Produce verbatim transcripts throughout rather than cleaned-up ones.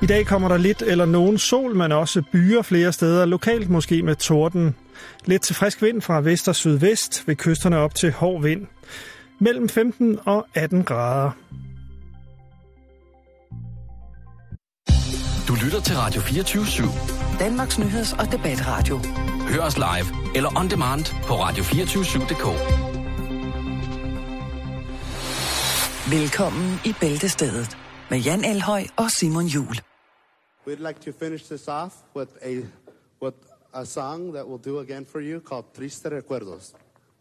I dag kommer der lidt eller nogen sol, men også byer flere steder, lokalt måske med torden. Lidt til frisk vind fra vest og sydvest, ved kysterne op til hård vind. Mellem femten og atten grader. Du lytter til Radio fireogtyve syv. Danmarks nyheds- og debatradio. Hør os live eller on demand på radio to fire syv punktum d k. Velkommen i Bæltestedet med Jan Elhøj og Simon Juhl. We'd like to finish this off with a with a song that we'll do again for you called Triste Recuerdos.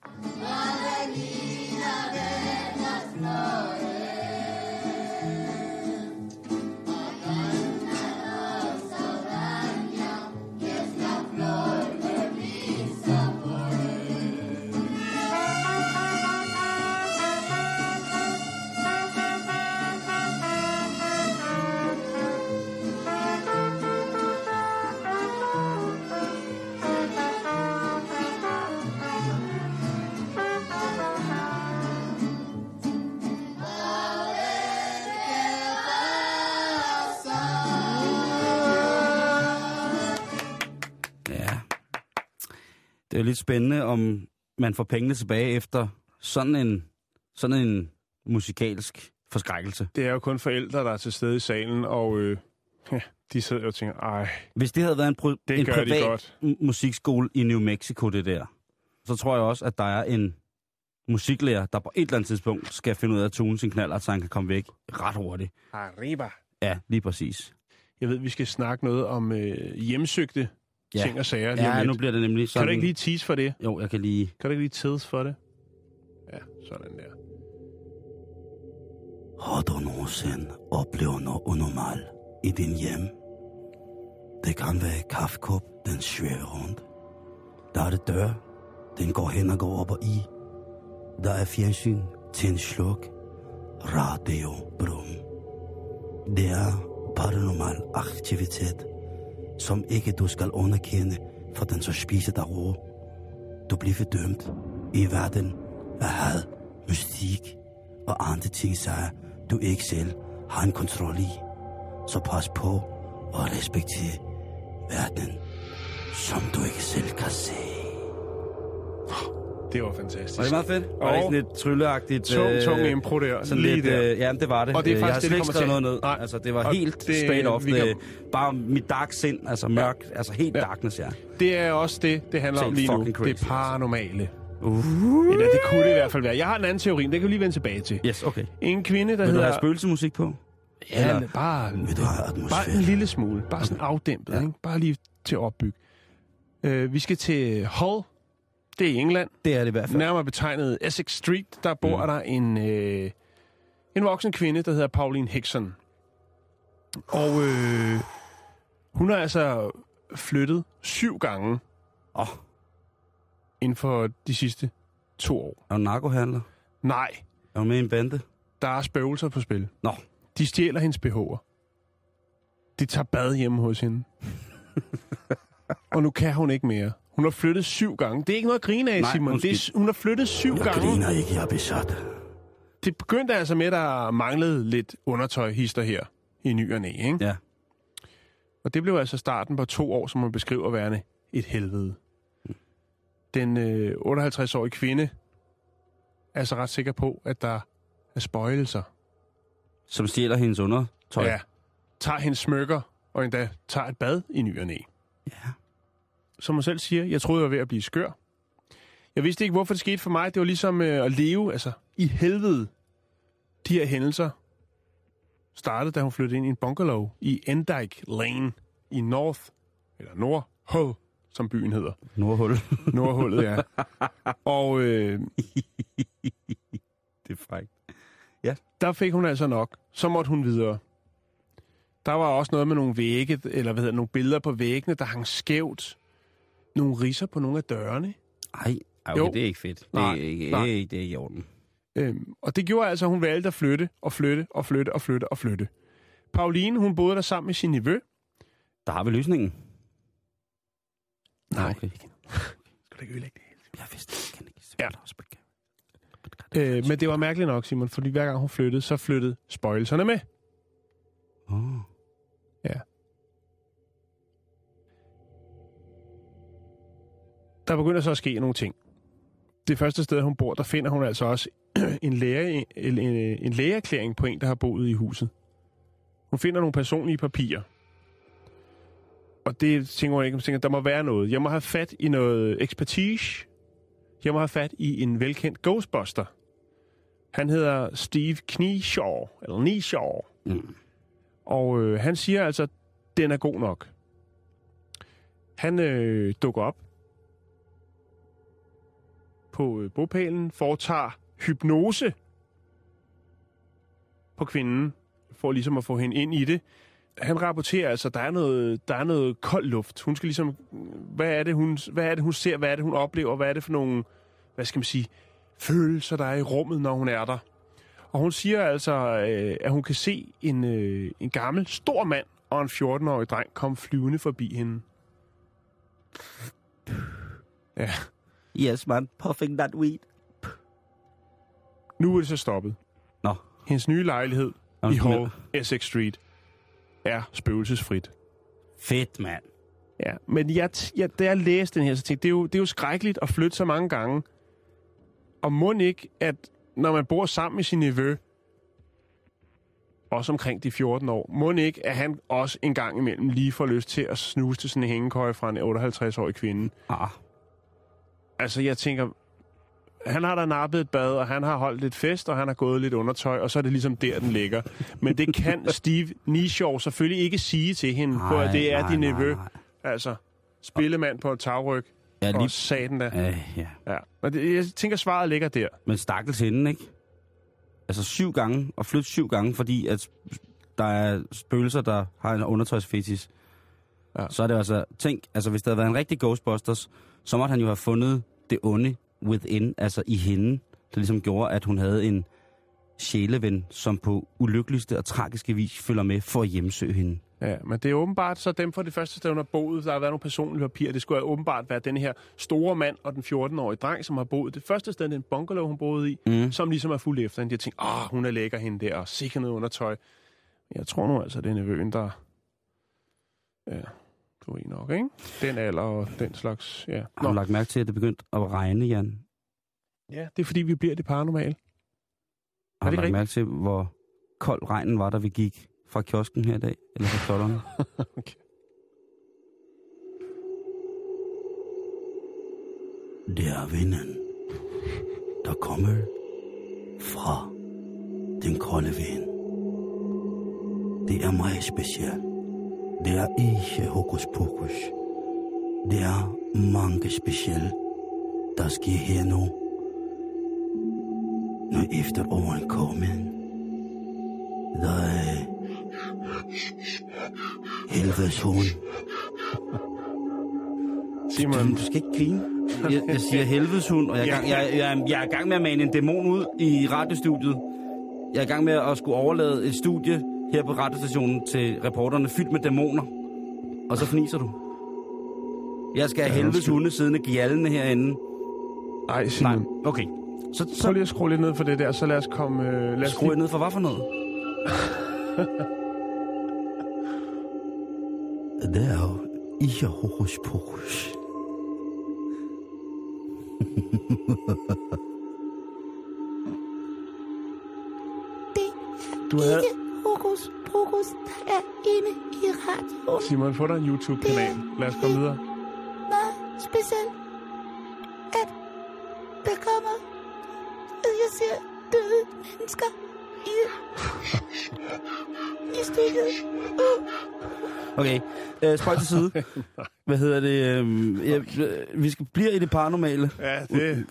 Det er lidt spændende, om man får pengene tilbage efter sådan en, sådan en musikalsk forskrækkelse. Det er jo kun forældre, der er til stede i salen, og øh, ja, de sidder og tænker, ej, Hvis det havde været en, pro- det en gør de privat godt. m- musikskole i New Mexico, det der, så tror jeg også, at der er en musiklærer, der på et eller andet tidspunkt skal finde ud af at tune sin knallert, så han kan komme væk ret hurtigt. Arriba. Ja, lige præcis. Jeg ved, vi skal snakke noget om øh, hjemsøgte Ja. ting og sager lige om Ja, lidt. nu bliver det nemlig sådan. Kan du ikke lige tease for det? Jo, jeg kan lige... Kan du ikke lige tease for det? Ja, sådan der. Har du nogensinde oplevet noget unormalt i din hjem? Det kan være kaffekop, den svæver rundt. Der er det dør, den går hen og går op og i. Der er fjernsyn til en sluk. Radio brum. Det er paranormal aktivitet, som ikke du skal underkende, for den så spiser dig ro. Du bliver dømt i verden af had, mystik og andre ting, så du ikke selv har en kontrol i. Så pas på og respekter verden, som du ikke selv kan se. Det var fantastisk. Var det meget fedt? Var det ikke sådan lidt trylleagtigt? Tung, tung impro der. Sådan lige lidt, der. øh, ja, det var det. Og det er Øh, jeg har faktisk slet det, ikke det kommer skrevet noget til. ned. Nej. Altså, det var Og helt det- straight off. vi Det, kan- bare mit dark sind, altså mørk, altså helt Ja. darkness, ja. Det er også det, det handler Helt om lige nu. fucking crazy, Det paranormale. Uh. Eller det kunne det i hvert fald være. Jeg har en anden teori, det kan vi lige vende tilbage til. Yes, okay. En kvinde, der Vil du hedder... have spøgelsemusik på? Ja, Eller- bare, Vil du have atmosfære? bare en lille smule. Bare sådan afdæmpet, Ja. ikke? Bare lige til at opbygge. Uh, vi skal til Hull. Det er i England. Det er det i hvert fald. Nærmere betegnet Essex Street. Der bor mm. der en, øh, en voksen kvinde, der hedder Pauline Hickson. Og øh, hun har altså flyttet syv gange Åh, oh, inden for de sidste to år. er du narkohandler? Nej, Er du med i en bande? der er spøgelser på spil. Nå. De stjæler hendes B H'er. De tager bad hjemme hos hende. Og nu kan hun ikke mere. Hun har flyttet syv gange. Det er ikke noget at grine af, Nej, Simon. Det er, hun har flyttet syv Jeg gange. griner ikke, jeg er besat. Det begyndte altså med, at der manglede lidt undertøjhister her i ny og næ, ikke? Ja. Og det blev altså starten på to år, som man beskriver værende et helvede. Den øh, otteoghalvtreds-årige kvinde er altså ret sikker på, at der er spøgelser. Som stjæler hendes undertøj. Ja, tager hendes smykker, og endda tager et bad i ny og næ. Ja. Som hun selv siger, jeg troede, jeg var ved at blive skør. Jeg vidste ikke, hvorfor det skete for mig. Det var ligesom øh, at leve altså, i helvede. De her hændelser startede, da hun flyttede ind i en bungalow i Endyke Lane i North, eller Nordhull, som byen hedder. Nordhul. Nordhullet, ja. Og øh, Det er frækt. der fik hun altså nok. Så måtte hun videre. Der var også noget med nogle vægge, eller hvad hedder, nogle billeder på væggene, der hang skævt. Nogle ridser på nogle af dørene. Ej, okay, Jo. det er ikke fedt. Det Nej, er ikke, nej. det er, det er ikke i orden. Øhm, og det gjorde altså, at hun valgte at flytte og flytte og flytte og flytte og flytte. Pauline, hun boede der sammen med sin nevø. Der har vi løsningen. Nej, okay. ikke nu. Skal du ikke ødelægge det hele? Jeg vidste det. Kan ikke. Ja. Øh, men det var mærkeligt nok, Simon, fordi hver gang hun flyttede, så flyttede spøgelserne med. Oh. Ja. der begynder så at ske nogle ting. Det første sted, hun bor, der finder hun altså også en, læge, en, en lægeerklæring på en, der har boet i huset. Hun finder nogle personlige papirer. Og det tænker hun ikke, hun tænker, der må være noget. Jeg må have fat i noget ekspertise. Jeg må have fat i en velkendt ghostbuster. Han hedder Steve Knieshaw, eller Knieshaw. Mm. Og øh, han siger altså, den er god nok. Han øh, dukker op på øh, bopælen, foretager hypnose på kvinden, for ligesom at få hende ind i det. Han rapporterer altså, der er noget, der er noget kold luft. Hun skal ligesom, hvad er det, hun, hvad er det, hun ser, hvad er det, hun oplever, hvad er det for nogle, hvad skal man sige, følelser, der er i rummet, når hun er der. Og hun siger altså, øh, at hun kan se en, øh, en gammel, stor mand og en fjorten-årig dreng komme flyvende forbi hende. Ja. Yes, man. Puffing that weed. Nu er det så stoppet. Nå. Hendes nye lejlighed Nå, i Hall, Essex Street, er spøgelsesfrit. Fedt, mand. Ja, men jeg, jeg, da jeg læste den her, så tænkte jeg, det er jo, det er jo skrækkeligt at flytte så mange gange. Og må ikke, at når man bor sammen med sin nevø, også omkring de fjorten år, må ikke, at han også en gang imellem lige får lyst til at snuse til sådan en hængekøje fra en otteoghalvtreds-årig kvinde. Ah. Altså, jeg tænker, han har da nappet et bad, og han har holdt lidt fest, og han har gået lidt undertøj, og så er det ligesom der, den ligger. Men det kan Steve Knieshaw selvfølgelig ikke sige til hende, nej, på at det er nej, din nevø. Nej, nej. Altså, spillemand på et tagryg, ja, lige... og satan da. Øh, ja. Ja. Og det, jeg tænker, svaret ligger der. Men stakkels hende, ikke? Altså syv gange, og flytte syv gange, fordi at der er spøgelser, der har en undertøjsfetis. Ja. Så er det altså, tænk, altså hvis der havde været en rigtig Ghostbusters, så måtte han jo have fundet det onde within, altså i hende, der ligesom gjorde, at hun havde en sjæleven, som på ulykkeligste og tragiske vis følger med for at hjemsøge hende. Ja, men det er åbenbart så dem for det første sted, hun har boet, der har været nogle personlige papirer. Det skulle åbenbart være den her store mand og den fjorten-årige dreng, som har boet det første sted, den bungalow, hun boede i, mm. som ligesom er fuld efter hende. De har tænkt, åh, hun er lækker hende der, og sikkert noget undertøj. Jeg tror nu altså, det er nevøen, der... Ja, du er nok, ikke? Den alder og den slags, ja. Har du lagt mærke til, at det begyndte at regne, Jan? Ja, det er fordi, vi bliver det paranormale. Har du lagt mærke til, hvor kold regnen var, da vi gik fra kiosken her i dag? Eller fra klodderne? Okay. Det er vinden, der kommer fra den kolde vind. Det er meget specielt. Det er ikke hokus pokus. Det er mange specielle, der sker her nu. Når efteråret kommer, der er helvedes hund. Simon, du skal ikke grine. Jeg, jeg siger helvedes hund, og jeg er, gang, jeg, jeg, jeg, jeg er i gang med at mane en dæmon ud i radiostudiet. Jeg er i gang med at skulle overlade et studie her på radiostationen til reporterne fyldt med dæmoner. Og så fniser du. Jeg skal have helvedes hunde siddende gjaldende herinde. Ej, Simon. Nej, okay. Så, så... Prøv lige at skrue lidt ned for det der, så lad os komme... Øh, lad os skrue lige... ned for hvad for noget? Det er jo ikke hokus pokus. Du havde... ikke hokus pokus, der er inde i radioen. Simon, få dig en YouTube-kanal. Lad os komme videre. Meget specielt, at der kommer, at jeg ser døde mennesker i, i studiet. Uh. Okay, øh, spøj til side. Hvad hedder det? Øh, ja, vi skal blive i det paranormale. Ja, det...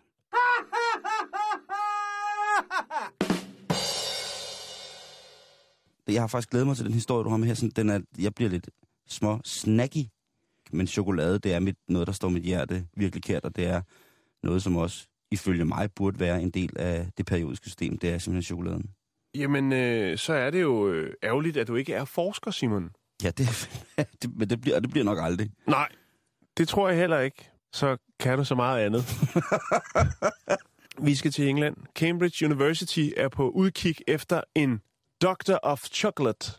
Jeg har faktisk glædet mig til den historie, du har med her. Sådan, den er, jeg bliver lidt små snacky. Men chokolade, det er mit, noget, der står mit hjerte virkelig kært, og det er noget, som også ifølge mig burde være en del af det periodiske system. Det er simpelthen chokoladen. Jamen, øh, så er det jo øh, ærgerligt, at du ikke er forsker, Simon. Ja, det, det, men det bliver, det bliver nok aldrig. Nej, det tror jeg heller ikke. Så kan du så meget andet. Vi skal til England. Cambridge University er på udkig efter en Doctor of Chocolate.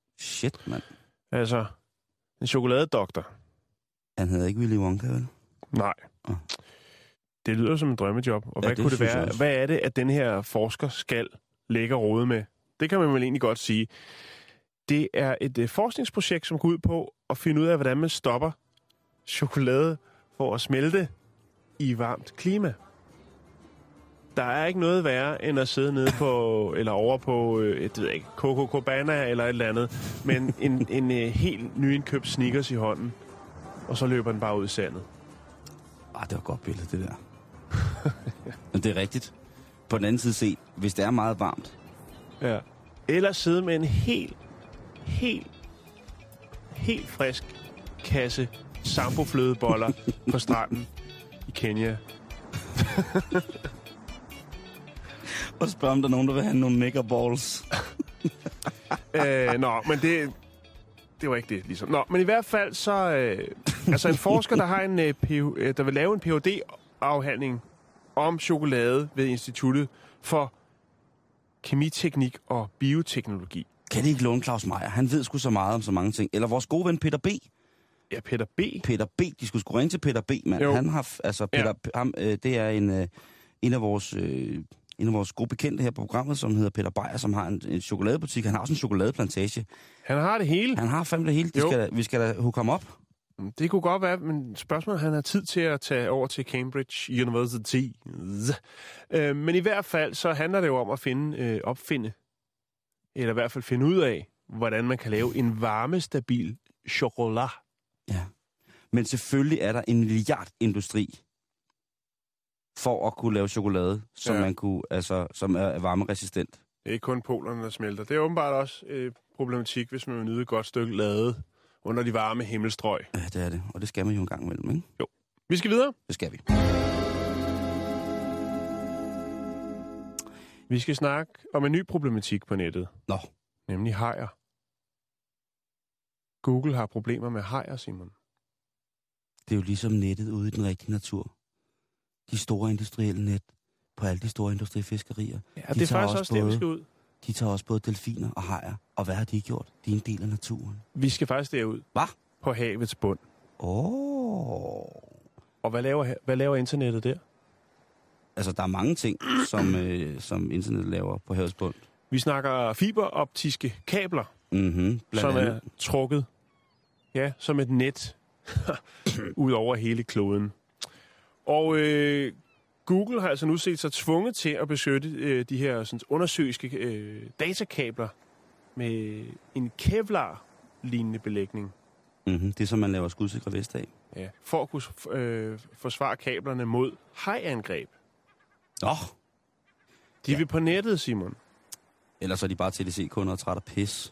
Shit, mand. Altså, en chokoladedoktor. Han hedder ikke Willy Wonka, vel? Nej. Ah. Det lyder som en drømmejob. Og Ja, hvad det kunne det synes jeg være? også. Hvad er det, at den her forsker skal lægge og rode med? Det kan man vel egentlig godt sige. Det er et uh, forskningsprojekt, som går ud på at finde ud af, hvordan man stopper chokolade for at smelte i varmt klima. Der er ikke noget værre, end at sidde nede på, eller over på, øh, et, det ved jeg ikke, Coco Cabana eller et eller andet, men en, en øh, helt nyindkøbt Snickers i hånden, og så løber den bare ud i sandet. Ah, det var et godt billede, det der. Men det er rigtigt. På den anden side set, hvis det er meget varmt, Ja. Eller sidde med en helt, helt, helt frisk kasse samboflødeboller på stranden i Kenya. og spørge, om der er nogen, der vil have nogle megaballs. øh, nå, men det, det var ikke det, ligesom. Nå, men i hvert fald så... Øh, altså en forsker, der, har en, øh, PhD, der vil lave en P H D-afhandling om chokolade ved Instituttet for Kemiteknik og Bioteknologi. Kan det ikke låne Claus Meier? Han ved sgu så meget om så mange ting. Eller vores gode ven Peter B. Ja, Peter B. Peter B. De skulle sgu ringe til Peter B, mand. Jo. Han har, altså, Peter, ja. ham, øh, det er en, øh, en, af vores, øh, en af vores gode bekendte her på programmet, som hedder Peter Beyer, som har en, en chokoladebutik. Han har også en chokoladeplantage. Han har det hele. Han har fandme det hele. De skal, vi skal da hooke ham op. Det kunne godt være, men spørgsmålet han har tid til at tage over til Cambridge University. Øh, men i hvert fald, så handler det jo om at finde, øh, opfinde, eller i hvert fald finde ud af, hvordan man kan lave en varmestabil chokolade. Ja. Men selvfølgelig er der en milliardindustri for at kunne lave chokolade, som Ja. man kunne, altså, som er varmeresistent. Det er ikke kun polerne, der smelter. Det er åbenbart også øh, problematik, hvis man vil nyde et godt stykke lade under de varme himmelstrøg. Ja, det er det. Og det skal man jo en gang imellem, ikke? Jo. Vi skal videre. Det skal vi. Vi skal snakke om en ny problematik på nettet. Nå. Nemlig hajer. Google har problemer med hajer, Simon. Det er jo ligesom nettet ude i den rigtige natur. De store industrielle net på alle de store industrifiskerier. Ja, de det er tager faktisk også der, vi skal ud. De tager også både delfiner og hajer. Og hvad har de gjort? De er en del af naturen. Vi skal faktisk derud. Hvad? På havets bund. Åh. Oh. Og hvad laver, hvad laver internettet der? Altså, der er mange ting, som, øh, som internettet laver på havets bund. Vi snakker fiberoptiske kabler, Mhm, som andet. er trukket, ja, som et net ud over hele kloden. Og øh, Google har altså nu set sig tvunget til at beskytte øh, de her sådan, undersøiske øh, datakabler med en Kevlar-lignende belægning. Mhm, det er som man laver skudsikre vest af. Ja, for at kunne øh, forsvare kablerne mod hajangreb. Nå. De ja. vil på nettet, Simon. Ellers er de bare T D C-kunder og træt af pis.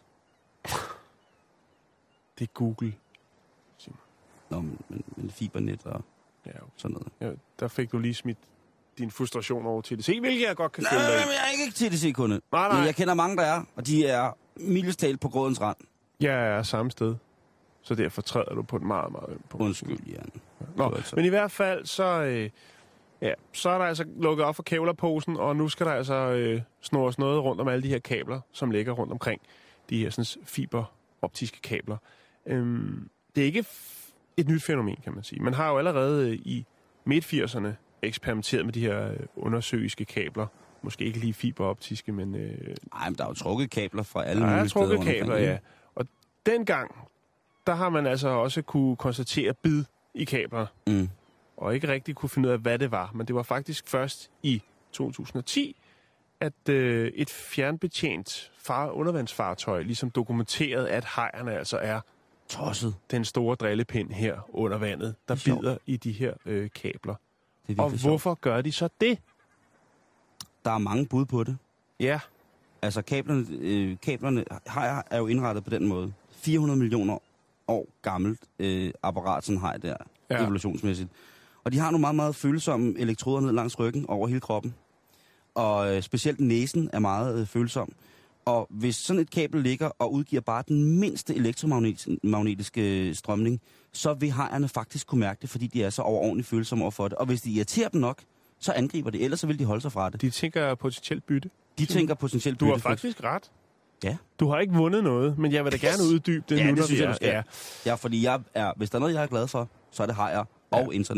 Det er Google, Simon. Nå, men, men, men fibernet og Ja, okay. sådan noget. Ja, der fik du lige smidt din frustration over til det. Se, hvilket jeg godt kan Nej, følge dig men i. jeg er ikke T D C-kunde. Nej, nej. Men jeg kender mange, der er, og de er mildest talt på grådens rand. Jeg er samme sted. Så derfor træder du på et meget, meget ømt punkt. Undskyld, Jan. Nå, Det altså- men i hvert fald, så, øh, ja, så er der altså lukket op for kævlerposen, og nu skal der altså øh, snores noget rundt om alle de her kabler, som ligger rundt omkring de her sådan, fiberoptiske kabler. Øhm, det er ikke f- et nyt fænomen, kan man sige. Man har jo allerede øh, i midt firserne eksperimenteret med de her øh, undersøiske kabler. Måske ikke lige fiberoptiske, men... Øh, Nej, men der er jo trukket kabler fra alle der mulige er steder. trukket rundt kabler, omkring, ja. Og dengang, der har man altså også kunne konstatere bid i kabler, Mm. og ikke rigtig kunne finde ud af, hvad det var. Men det var faktisk først i to tusind og ti, at øh, et fjernbetjent far- undervandsfartøj ligesom dokumenterede, at hajerne altså er Tosset. den store drillepind her under vandet, der Det er sjovt. bider i de her øh, kabler. Det er Og virkelig sjovt. hvorfor gør de så det? Der er mange bud på det. Ja, Altså, kablerne, øh, kablerne hajer er jo indrettet på den måde. fire hundrede millioner år gammelt øh, apparat, sådan har der, Ja. ja. evolutionsmæssigt. Og de har nogle meget, meget følsomme elektroder ned langs ryggen over hele kroppen. Og øh, specielt næsen er meget øh, følsom. Og hvis sådan et kabel ligger og udgiver bare den mindste elektromagnetiske strømning, så vil hajerne faktisk kunne mærke det, fordi de er så overordentligt følsomme over for det. Og hvis de irriterer dem nok, så angriber de, ellers så vil de holde sig fra det. de tænker potentielt bytte. De tænker potentielt Du har bytte. faktisk ret. Ja. Du har ikke vundet noget, men jeg vil da gerne uddybe det Ja, nu, det når synes vi jeg, er- du skal. Ja. Ja, fordi jeg er, hvis der er noget, jeg er glad for, så er det hajer og Ja. internet.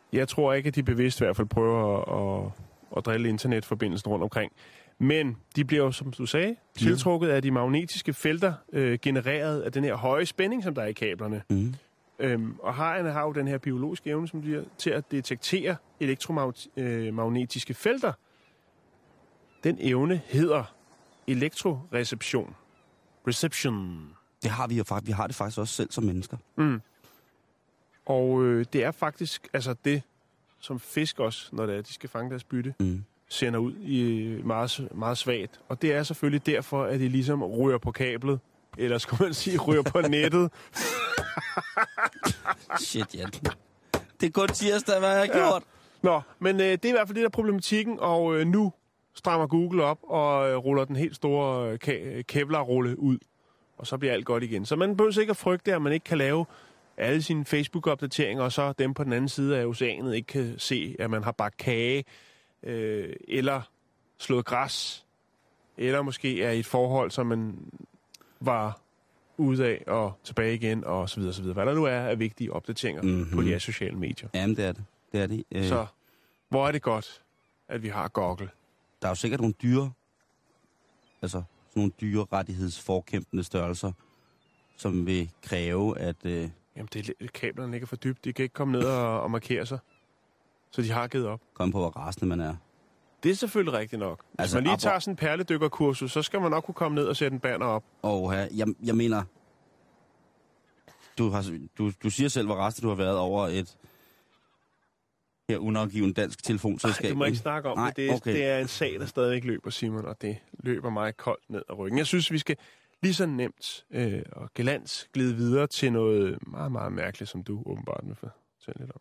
Jeg tror ikke, at de bevidst i hvert fald prøver at, at, at drille internetforbindelsen rundt omkring. Men de bliver jo, som du sagde, tiltrukket af de magnetiske felter, øh, genereret af den her høje spænding, som der er i kablerne. Mm. Øhm, og hajerne har jo den her biologiske evne, som de er, til at detektere elektromagnetiske felter. Den evne hedder elektroreception. Reception. Det har vi jo faktisk. Vi har det faktisk også selv som mennesker. Mm. Og øh, det er faktisk altså det, som fisk også, når det er, de skal fange deres bytte, mm. sender ud i meget, meget svagt. Og det er selvfølgelig derfor, at de ligesom ryger på kablet, eller skulle man sige, ryger på nettet. Shit, ja. Det er kun tirsdag, hvad jeg har gjort. Ja. Nå, men øh, det er i hvert fald det der problematikken, og øh, nu strammer Google op og øh, ruller den helt store øh, ka- Kevlar-rulle ud. Og så bliver alt godt igen. Så man behøver ikke at frygte, at man ikke kan lave alle sine Facebook-opdateringer, og så dem på den anden side af oceanet ikke kan se, at man har bagt kage, øh, eller slået græs, eller måske er i et forhold, som man var ude af og tilbage igen, og så videre, så videre. Hvad der nu er af vigtige opdateringer mm-hmm. på de her sociale medier. Jamen, det er det. Det er det. Øh... Så hvor er det godt, at vi har Google. Der er jo sikkert nogle dyre, altså sådan nogle dyre rettighedsforkæmpende størrelser, som vil kræve, at... Øh... Jamen, det er, kablerne ligger for dybt. De kan ikke komme ned og, og markere sig. Så de har givet op. Kom på, hvor rasende man er. Det er selvfølgelig rigtigt nok. Hvis altså, man lige tager sådan en perledykkerkursus, så skal man nok kunne komme ned og sætte en banner op. Og her, jeg, jeg mener... Du, har, du, du siger selv, hvor rasende du har været over et her unavgivet dansk telefonselskab. Ej, du må ikke snakke om Nej, det. Det er, okay. det er en sag, der stadigvæk løber, Simon, og det løber mig koldt ned ad ryggen. Jeg synes, vi skal lige så nemt øh, og gelans glide videre til noget meget, meget mærkeligt, som du åbenbart vil fortælle lidt om.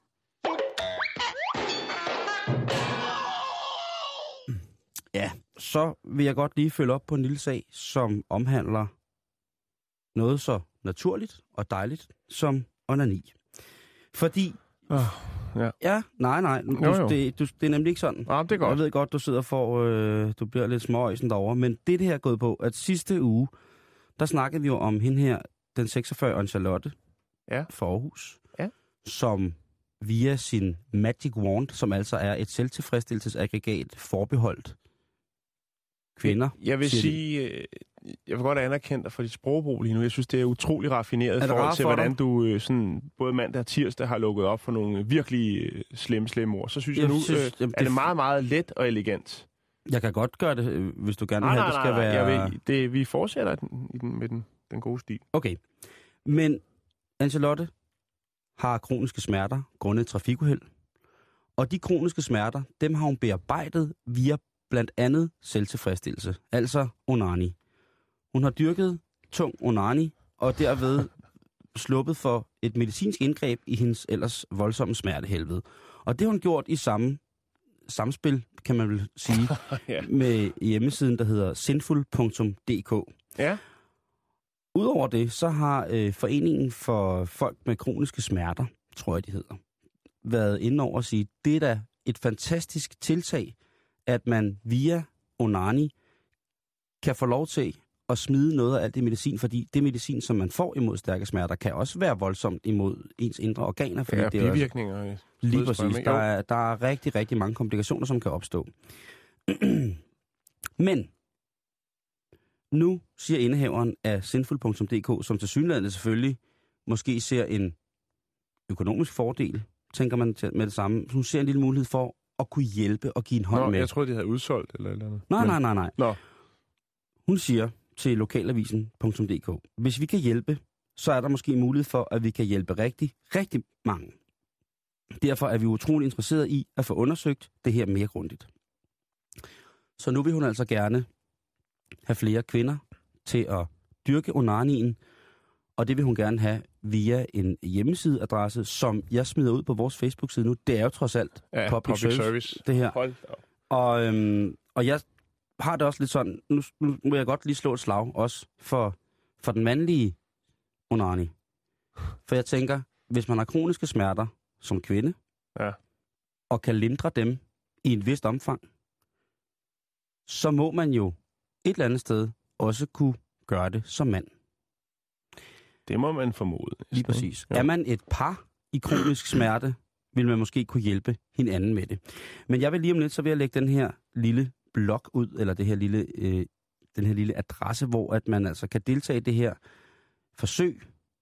Ja, så vil jeg godt lige følge op på en lille sag, som omhandler noget så naturligt og dejligt som onani. Fordi... Oh, ja. ja, nej, nej. Du, jo, jo. Det, du, det er nemlig ikke sådan. Ja, det er godt. Jeg ved godt, du sidder for... Øh, du bliver lidt småøjsen derovre, men det, det her er gået på, at sidste uge, der snakkede vi jo om hende her, den seksogfyrre-årige Charlotte ja. fra Aarhus, ja. som via sin Magic Wand, som altså er et selvtilfredsstillelsesaggregat forbeholdt kvinder. Jeg vil sige, de. jeg vil godt anerkende dig for dit sprogbrug lige nu. Jeg synes, det er utrolig raffineret i forhold til, for hvordan dig? du sådan, både mandag og tirsdag har lukket op for nogle virkelig slemme, slemme ord. Så synes jeg, jeg nu, synes, øh, jamen, er det meget, meget let og elegant. Jeg kan godt gøre det, hvis du gerne vil nej, have, det skal nej, nej, være... Jeg vil, det, vi fortsætter den, i den, med den, den gode stil. Okay. Men Anne-Charlotte har kroniske smerter grundet trafikuheld. Og de kroniske smerter, dem har hun bearbejdet via blandt andet selvtilfredsstillelse, altså onani. Hun har dyrket tung onani, og derved sluppet for et medicinsk indgreb i hendes ellers voldsomme smertehelvede. Og det har hun gjort i samme samspil, kan man vel sige, ja. med hjemmesiden, der hedder sinful punktum d k. Ja. Udover det, så har øh, Foreningen for Folk med Kroniske Smerter, tror jeg, de hedder, været inde over at sige, det er da et fantastisk tiltag, at man via onani kan få lov til at smide noget af alt det medicin, fordi det medicin, som man får imod stærke smerter, kan også være voldsomt imod ens indre organer. Fordi ja, det er bivirkninger. Også, lige præcis. Der er, der er rigtig, rigtig mange komplikationer, som kan opstå. Men nu siger indehaveren af sinful punktum d k, som tilsyneladende selvfølgelig måske ser en økonomisk fordel, tænker man med det samme. Hun ser en lille mulighed for at kunne hjælpe og give en hånd Nå, med. Jeg troede, de havde udsolgt eller eller andet. Nej, nej, nej, nej. Nå. Hun siger til lokalavisen punktum d k, hvis vi kan hjælpe, så er der måske mulighed for, at vi kan hjælpe rigtig, rigtig mange. Derfor er vi utrolig interesserede i at få undersøgt det her mere grundigt. Så nu vil hun altså gerne have flere kvinder til at dyrke onanien, og det vil hun gerne have via en hjemmesideadresse, som jeg smider ud på vores Facebook-side nu. Det er jo trods alt ja, public, public service, service, det her. Hold og, øhm, og jeg har det også lidt sådan, nu, nu må jeg godt lige slå et slag, også for, for den mandlige onani. For jeg tænker, hvis man har kroniske smerter som kvinde, ja. og kan lindre dem i et vist omfang, så må man jo et eller andet sted også kunne gøre det som mand. Det må man formode. Lige præcis. Ja. Er man et par i kronisk smerte vil man måske kunne hjælpe hinanden med det. Men jeg vil lige om lidt, så vil jeg lægge den her lille blog ud, eller det her lille, øh, den her lille adresse, hvor at man altså kan deltage i det her forsøg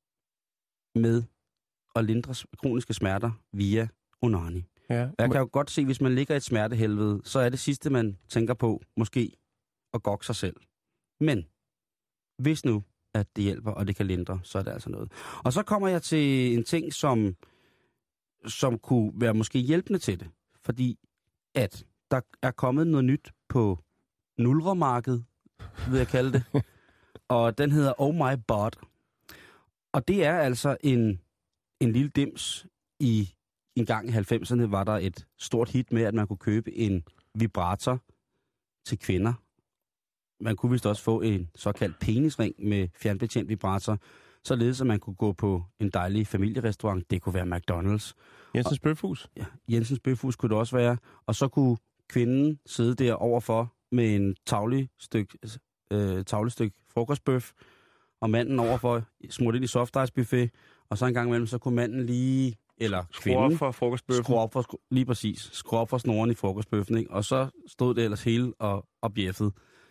med at lindre kroniske smerter via onani. Ja. Jeg kan jo godt se, hvis man ligger i et smertehelvede, så er det sidste, man tænker på, måske at gokke sig selv. Men hvis nu, at det hjælper, og det kan lindre, så er det altså noget. Og så kommer jeg til en ting, som, som kunne være måske hjælpende til det. Fordi at der er kommet noget nyt på nulremarkedet, vil jeg kalde det. Og den hedder Oh My Bod. Og det er altså en, en lille dims. I en gang i halvfemserne var der et stort hit med, at man kunne købe en vibrator til kvinder. Man kunne vist også få en såkaldt penisring med fjernbetjent vibrator, således at man kunne gå på en dejlig familierestaurant. Det kunne være McDonald's. Jensens Bøfhus? Ja, Jensens Bøfhus kunne det også være. Og så kunne kvinden sidde der overfor med en tavlestykke øh, tavlestyk frokostbøf, og manden overfor smurt ind i softice-buffet, og så en gang imellem, så kunne manden lige, eller kvinden, skrue op for frokostbøffen. Skrue op for, lige præcis, skrue op for snoren i frokostbøffen, ikke? Og så stod det ellers hele og, og bjeffede.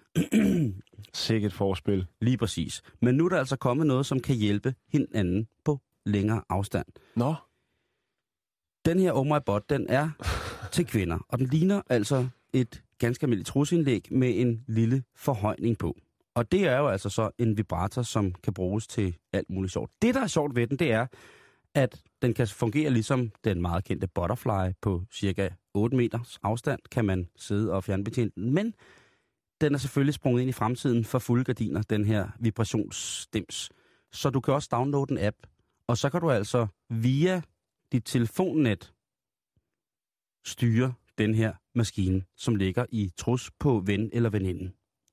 Sikkert forspil. Lige præcis. Men nu er der altså kommet noget, som kan hjælpe hinanden på længere afstand. Nå. Den her Oh My Bod, den er til kvinder, og den ligner altså et ganske almindeligt trusindlæg med en lille forhøjning på. Og det er jo altså så en vibrator, som kan bruges til alt muligt sjovt. Det, der er sjovt ved den, det er, at den kan fungere ligesom den meget kendte Butterfly på cirka otte meters afstand, kan man sidde og fjernbetjene den. Men den er selvfølgelig sprunget ind i fremtiden for fulde gardiner, den her vibrationsdims. Så du kan også downloade en app, og så kan du altså via dit telefonnet styre den her maskine, som ligger i trus på ven eller veninden.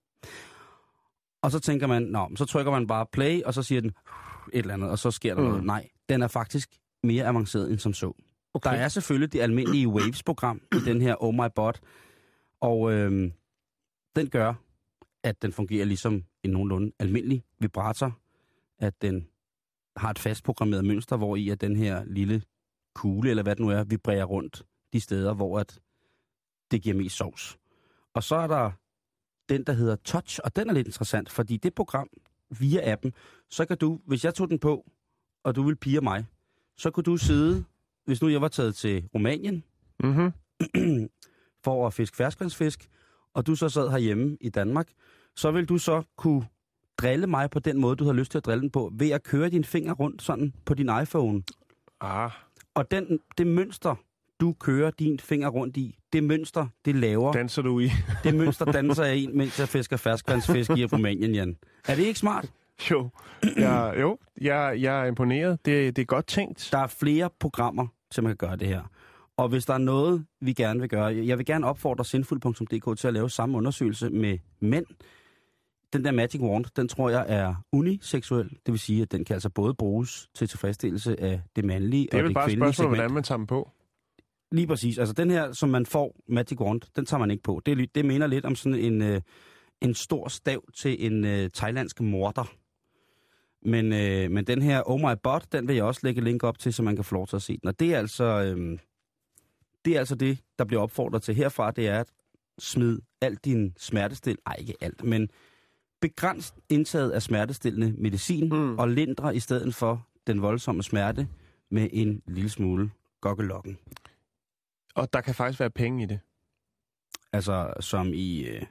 Og så tænker man, nå, så trykker man bare play, og så siger den et eller andet, og så sker der mm. noget. Nej, den er faktisk mere avanceret end som så. Okay. Der er selvfølgelig det almindelige Waves-program i den her Oh My Bod, og øhm, den gør, at den fungerer ligesom en nogenlunde almindelig vibrator, at den har et fast programmeret mønster, hvor i at den her lille kugle, eller hvad det nu er, vibrerer rundt de steder, hvor at det giver mest sovs. Og så er der den, der hedder Touch, og den er lidt interessant, fordi det program via appen, så kan du, hvis jeg tog den på, og du vil pige mig, så kunne du sidde, hvis nu jeg var taget til Rumænien, mm-hmm. for at fiske ferskvandsfisk, og du så sad herhjemme i Danmark, så vil du så kunne drille mig på den måde, du har lyst til at drille den på, ved at køre dine fingre rundt sådan på din iPhone. Ah. Og den, det mønster, du kører din finger rundt i, det mønster, det laver... Danser du i? Det mønster danser jeg i, mens jeg fisker ferskvandsfisk i Rumænien, Jan. Er det ikke smart? Jo, jeg, jo, jeg, jeg er imponeret. Det, det er godt tænkt. Der er flere programmer, som man kan gøre det her. Og hvis der er noget, vi gerne vil gøre... Jeg vil gerne opfordre Sinful punktum d k til at lave samme undersøgelse med mænd. Den der Magic Wand, den tror jeg er uniseksuel. Det vil sige, at den kan altså både bruges til tilfredsstillelse af det mandlige og det kvindelige segment. Det er vel bare et spørgsmål, hvordan man tager den på. Lige præcis. Altså den her, som man får, Magic Wand, den tager man ikke på. Det, det minder lidt om sådan en, øh, en stor stav til en øh, thailandsk morder. Men, øh, men den her Oh My Bod, den vil jeg også lægge link op til, så man kan få lov til at se den. Og det er altså, øh, det er altså det, der bliver opfordret til herfra, det er at smide alt din smertestill, ej ikke alt, men begræns indtaget af smertestillende medicin, mm. og lindre i stedet for den voldsomme smerte med en lille smule gokkelokken. Og der kan faktisk være penge i det. Altså, som i... Øh...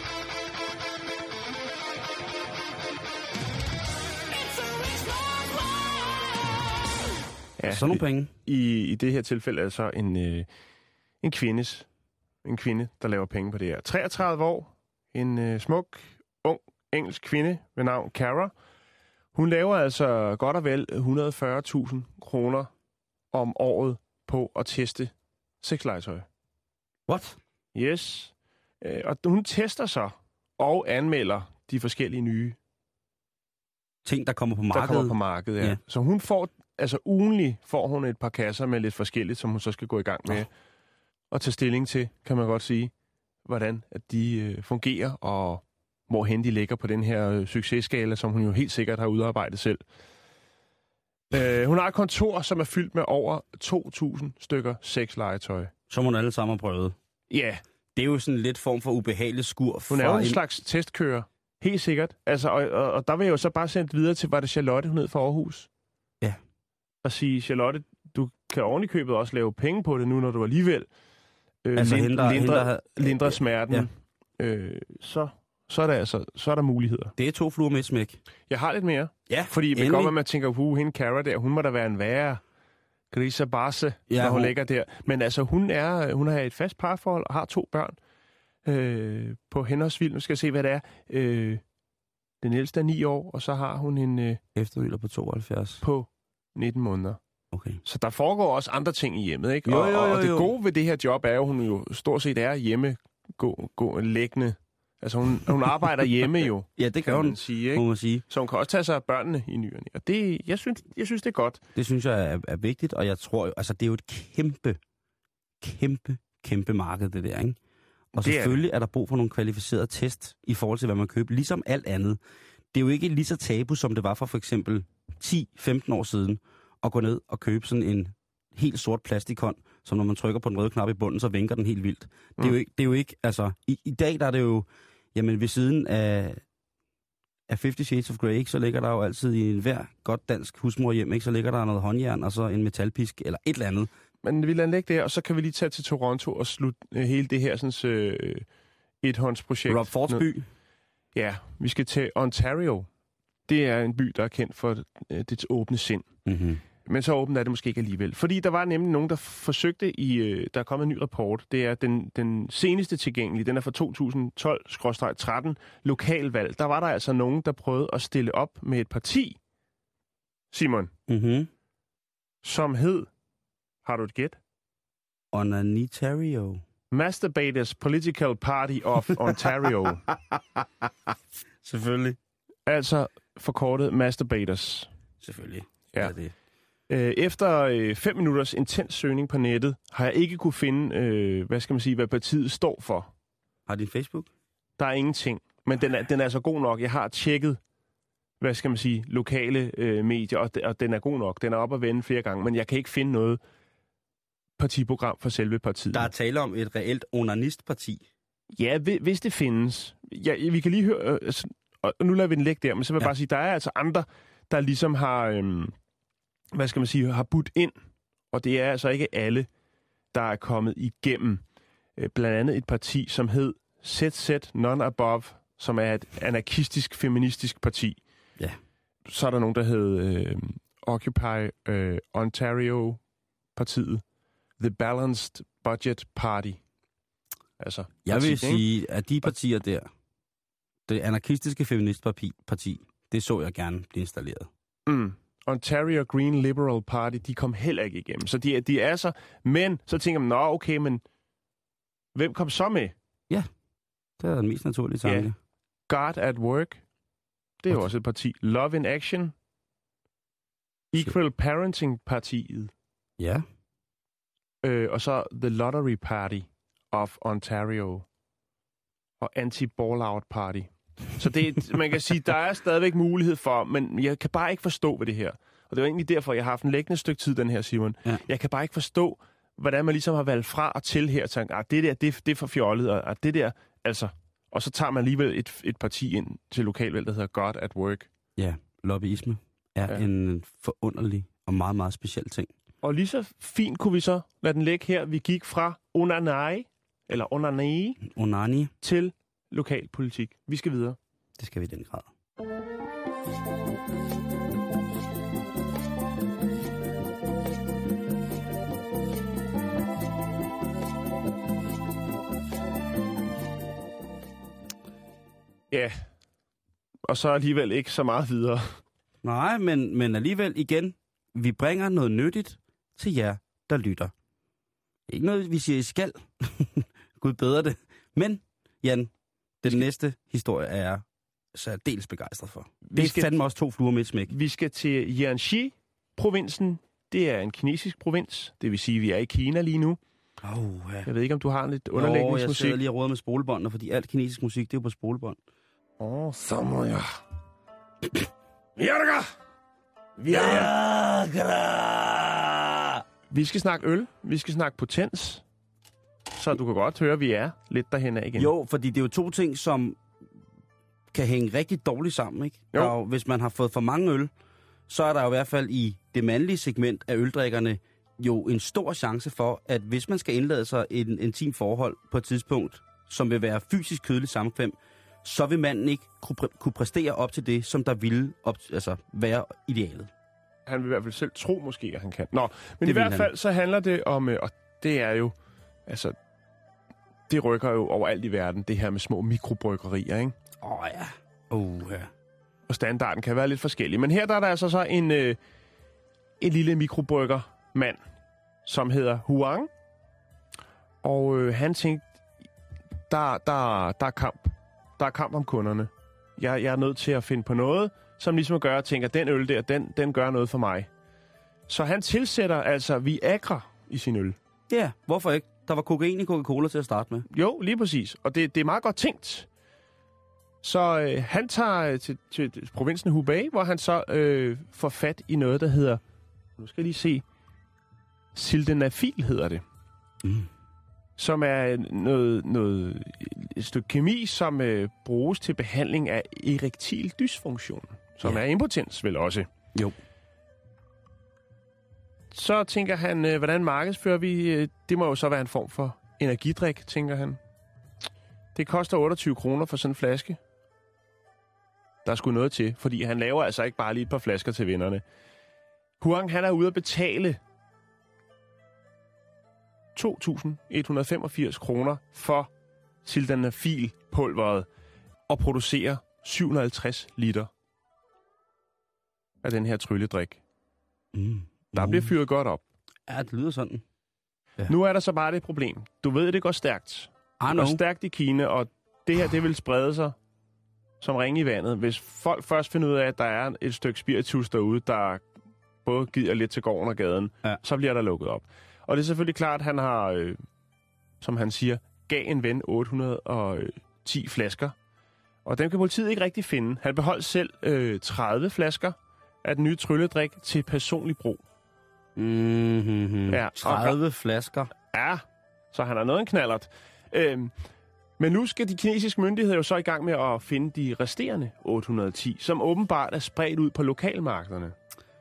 Ja, sådan nogle penge. I, I det her tilfælde er det så en, øh, en, kvindes, en kvinde, der laver penge på det her. treogtredive år, en øh, smuk, ung, engelsk kvinde ved navn Cara. Hun laver altså godt og vel et hundrede og fyrre tusind kroner om året på at teste sexlegetøj. What? Yes. Øh, og hun tester så og anmelder de forskellige nye ting, der kommer på markedet. Der kommer på markedet, ja. ja. Så hun får, altså ugenlig får hun et par kasser med lidt forskelligt, som hun så skal gå i gang med. Oh. Og tage stilling til, kan man godt sige, hvordan at de øh, fungerer, og hvorhen de ligger på den her øh, successkala, som hun jo helt sikkert har udarbejdet selv. Øh, hun har et kontor, som er fyldt med over to tusind stykker sexlegetøj. Som hun alle sammen har prøvet. Ja. Yeah. Det er jo sådan lidt form for ubehagelig skur. Hun er jo en en slags testkører. Helt sikkert. Altså, og, og, og der vil jeg jo så bare sendt videre til, var det Charlotte, hun hed fra Aarhus? Ja. Og sige, Charlotte, du kan oven i købet også lave penge på det nu, når du alligevel øh, altså, lind, hende, der, lindre, hende, der, lindre smerten. Ja. Øh, så, så, er der altså, så er der muligheder. Det er to fluer med et smæk. Jeg har lidt mere. Ja, fordi man går, at man tænker, hu, hende Cara der, hun må da være en værre Grisa Barse, ja, når hun, hun ligger der. Men altså, hun er, hun har et fast parforhold og har to børn øh, på henholdsvis. Nu skal jeg se, hvad det er. Øh, den ældste er ni år, og så har hun en... Øh, efterhjælper på tooghalvfjerds. På nitten måneder. Okay. Så der foregår også andre ting i hjemmet, ikke? Jo, og, jo, jo, jo. og det gode ved det her job er jo, hun jo stort set er hjemme gå, gå, læggende. Altså, hun, hun arbejder hjemme jo. Ja, det kan hun, sige, ikke? Hun må sige. Så hun kan også tage sig af børnene i nyerne. Og det, jeg synes, jeg synes, det er godt. Det synes jeg er, er vigtigt, og jeg tror jo, altså det er jo et kæmpe, kæmpe, kæmpe marked, det der, ikke? Og det selvfølgelig er, er der brug for nogle kvalificerede test i forhold til, hvad man køber. Ligesom alt andet. Det er jo ikke lige så tabu, som det var for for eksempel ti til femten år siden, at gå ned og købe sådan en helt sort plastikhånd, som når man trykker på den røde knap i bunden, så vinker den helt vildt. Mm. Det, er jo ikke, det er jo ikke, altså, i, i dag der er det jo, jamen ved siden af, af Fifty Shades of Grey, ikke, så ligger der jo altid i en hver godt dansk husmorhjem, ikke, så ligger der noget håndjern og så en metalpisk eller et eller andet. Men vi lader lægge det, og så kan vi lige tage til Toronto og slutte øh, hele det her sådan, øh, et-håndsprojekt. Rob Fords by. Ja, vi skal til Ontario. Det er en by, der er kendt for øh, dets åbne sind. Mm-hmm. Men så åbent er det måske ikke alligevel. Fordi der var nemlig nogen, der forsøgte i... Øh, der er kommet en ny rapport. Det er den, den seneste tilgængelige. Den er fra to tusind tolv tretten lokalvalg. Der var der altså nogen, der prøvede at stille op med et parti, Simon, mm-hmm. som hed... Har du et gæt? Ontario. Masturbators Political Party of Ontario. Selvfølgelig. Altså forkortet Masturbators. Selvfølgelig. Ja. Det. Efter øh, fem minutters intens søgning på nettet, har jeg ikke kunne finde, øh, hvad skal man sige, hvad partiet står for. Har din Facebook? Der er ingenting. Men den er, den er altså god nok. Jeg har tjekket, hvad skal man sige, lokale øh, medier, og, de, og den er god nok. Den er op at vende flere gange, men jeg kan ikke finde noget partiprogram for selve partiet. Der er tale om et reelt onanistparti. Ja, hvis det findes. Ja, vi kan lige høre, øh, og nu lader vi den ligge der, men så vil jeg ja. bare sige, der er altså andre, der ligesom har, øh, hvad skal man sige, har budt ind, og det er altså ikke alle, der er kommet igennem. Øh, blandt andet et parti, som hed Z Z None Above, som er et anarkistisk, feministisk parti. Ja. Så er der nogen, der hed øh, Occupy øh, Ontario-partiet. The Balanced Budget Party. Altså, jeg parti, vil ikke? sige, at de partier der, det anarkistiske feministparti, parti, det så jeg gerne blive installeret. Mm. Ontario Green Liberal Party, de kom heller ikke igennem. Så de, de er så... Men så tænker man, nå okay, men hvem kom så med? Ja, det er den mest naturlige tanke. Yeah. God at Work, det er jo også et parti. Love in Action. Equal Parenting-partiet. Ja. Øh, og så The Lottery Party of Ontario. Og Anti-Ball-Out Party. Så det, man kan sige, der er stadigvæk mulighed for, men jeg kan bare ikke forstå ved det her. Og det var egentlig derfor, jeg har haft en læggende stykke tid, den her, Simon. Ja. Jeg kan bare ikke forstå, hvordan man ligesom har valgt fra og til her, og tænkt, ah, det der, det, det er for fjollet, og ah, det der, altså... Og så tager man alligevel et, et parti ind til lokalvalg, der hedder God at Work. Ja, lobbyisme er ja. en forunderlig og meget, meget speciel ting. Og lige så fint kunne vi så lade den ligge her. Vi gik fra onanai, eller onani, onani, til lokalpolitik. Vi skal videre. Det skal vi i den grad. Ja, og så alligevel ikke så meget videre. Nej, men, men alligevel igen, vi bringer noget nyttigt til jer, der lytter. Ikke noget, vi siger, I skal. Gud bedre det. Men, Jan, den skal... næste historie er jeg særdeles begejstret for. Det er fandme også to fluer med et smæk. Vi skal til Jiangxi-provinsen. Det er en kinesisk provins. Det vil sige, at vi er i Kina lige nu. Oh, ja. Jeg ved ikke, om du har en lidt underlægningsmusik. Jo, jeg sidder lige og råder med spolebåndene, fordi alt kinesisk musik, det er jo på spolebånd. Åh, oh, så må jeg... Jerga! Viagra! Vi skal snakke øl. Vi skal snakke potens. Så du kan godt høre, at vi er lidt derhen af igen. Jo, fordi det er jo to ting, som kan hænge rigtig dårligt sammen, ikke? Jo. Og hvis man har fået for mange øl, så er der jo i hvert fald i det mandlige segment af øldrikkerne jo en stor chance for, at hvis man skal indlade sig i en intim forhold på et tidspunkt, som vil være fysisk kødeligt samkvem, så vil manden ikke kunne præstere op til det, som der ville op, altså være idealet. Han vil i hvert fald selv tro måske, at han kan. Nå, men Det i hvert vil fald han. så handler det om, og det er jo, altså, det rykker jo overalt i verden, det her med små mikrobryggerier, ikke? Åh oh, ja. Oh, ja. Og standarden kan være lidt forskellig. Men her der er der altså så en, øh, en lille mikrobryggermand, som hedder Huang. Og øh, han tænkte, der, der, der er kamp. Der er kamp om kunderne. Jeg, jeg er nødt til at finde på noget, som ligesom gør, at tænker, den øl der, den, den gør noget for mig. Så han tilsætter altså Viagra i sin øl. Ja, hvorfor ikke? Der var kokain i Coca-Cola til at starte med. Jo, lige præcis. Og det, det er meget godt tænkt. Så øh, han tager til, til, til provinsen Hubei, hvor han så øh, får fat i noget, der hedder, nu skal jeg lige se, sildenafil hedder det. Mm. Som er noget, noget, et stykke kemi, som øh, bruges til behandling af erektil dysfunktion, som ja. er impotens vel også. Jo. Så tænker han, øh, hvordan markedsfører vi? Øh, det må jo så være en form for energidrik, tænker han. Det koster otteogtyve kroner for sådan en flaske. Der er sgu noget til, fordi han laver altså ikke bare lige et par flasker til vennerne. Huang, han er ude at betale to tusind et hundrede femogfirs kroner for sildenafil-pulveret og producerer syv hundrede og halvtreds liter af den her trylledrik. Mm. Der bliver fyret godt op. Ja, det lyder sådan. Ja. Nu er der så bare det problem. Du ved, det går stærkt. Det går stærkt i Kina, og det her, det vil sprede sig som ringe i vandet. Hvis folk først finder ud af, at der er et stykke spiritus derude, der både giver lidt til gården og gaden, ja. så bliver der lukket op. Og det er selvfølgelig klart, at han har, øh, som han siger, gav en ven otte hundrede og ti flasker. Og dem kan politiet ikke rigtig finde. Han beholdt selv øh, tredive flasker af den nye trylledrik til personlig brug. Mm-hmm. Ja, tredive og, flasker? Ja, så han har noget en knallert. Øhm, men nu skal de kinesiske myndigheder jo så i gang med at finde de resterende otte hundrede og ti, som åbenbart er spredt ud på lokalmarkederne.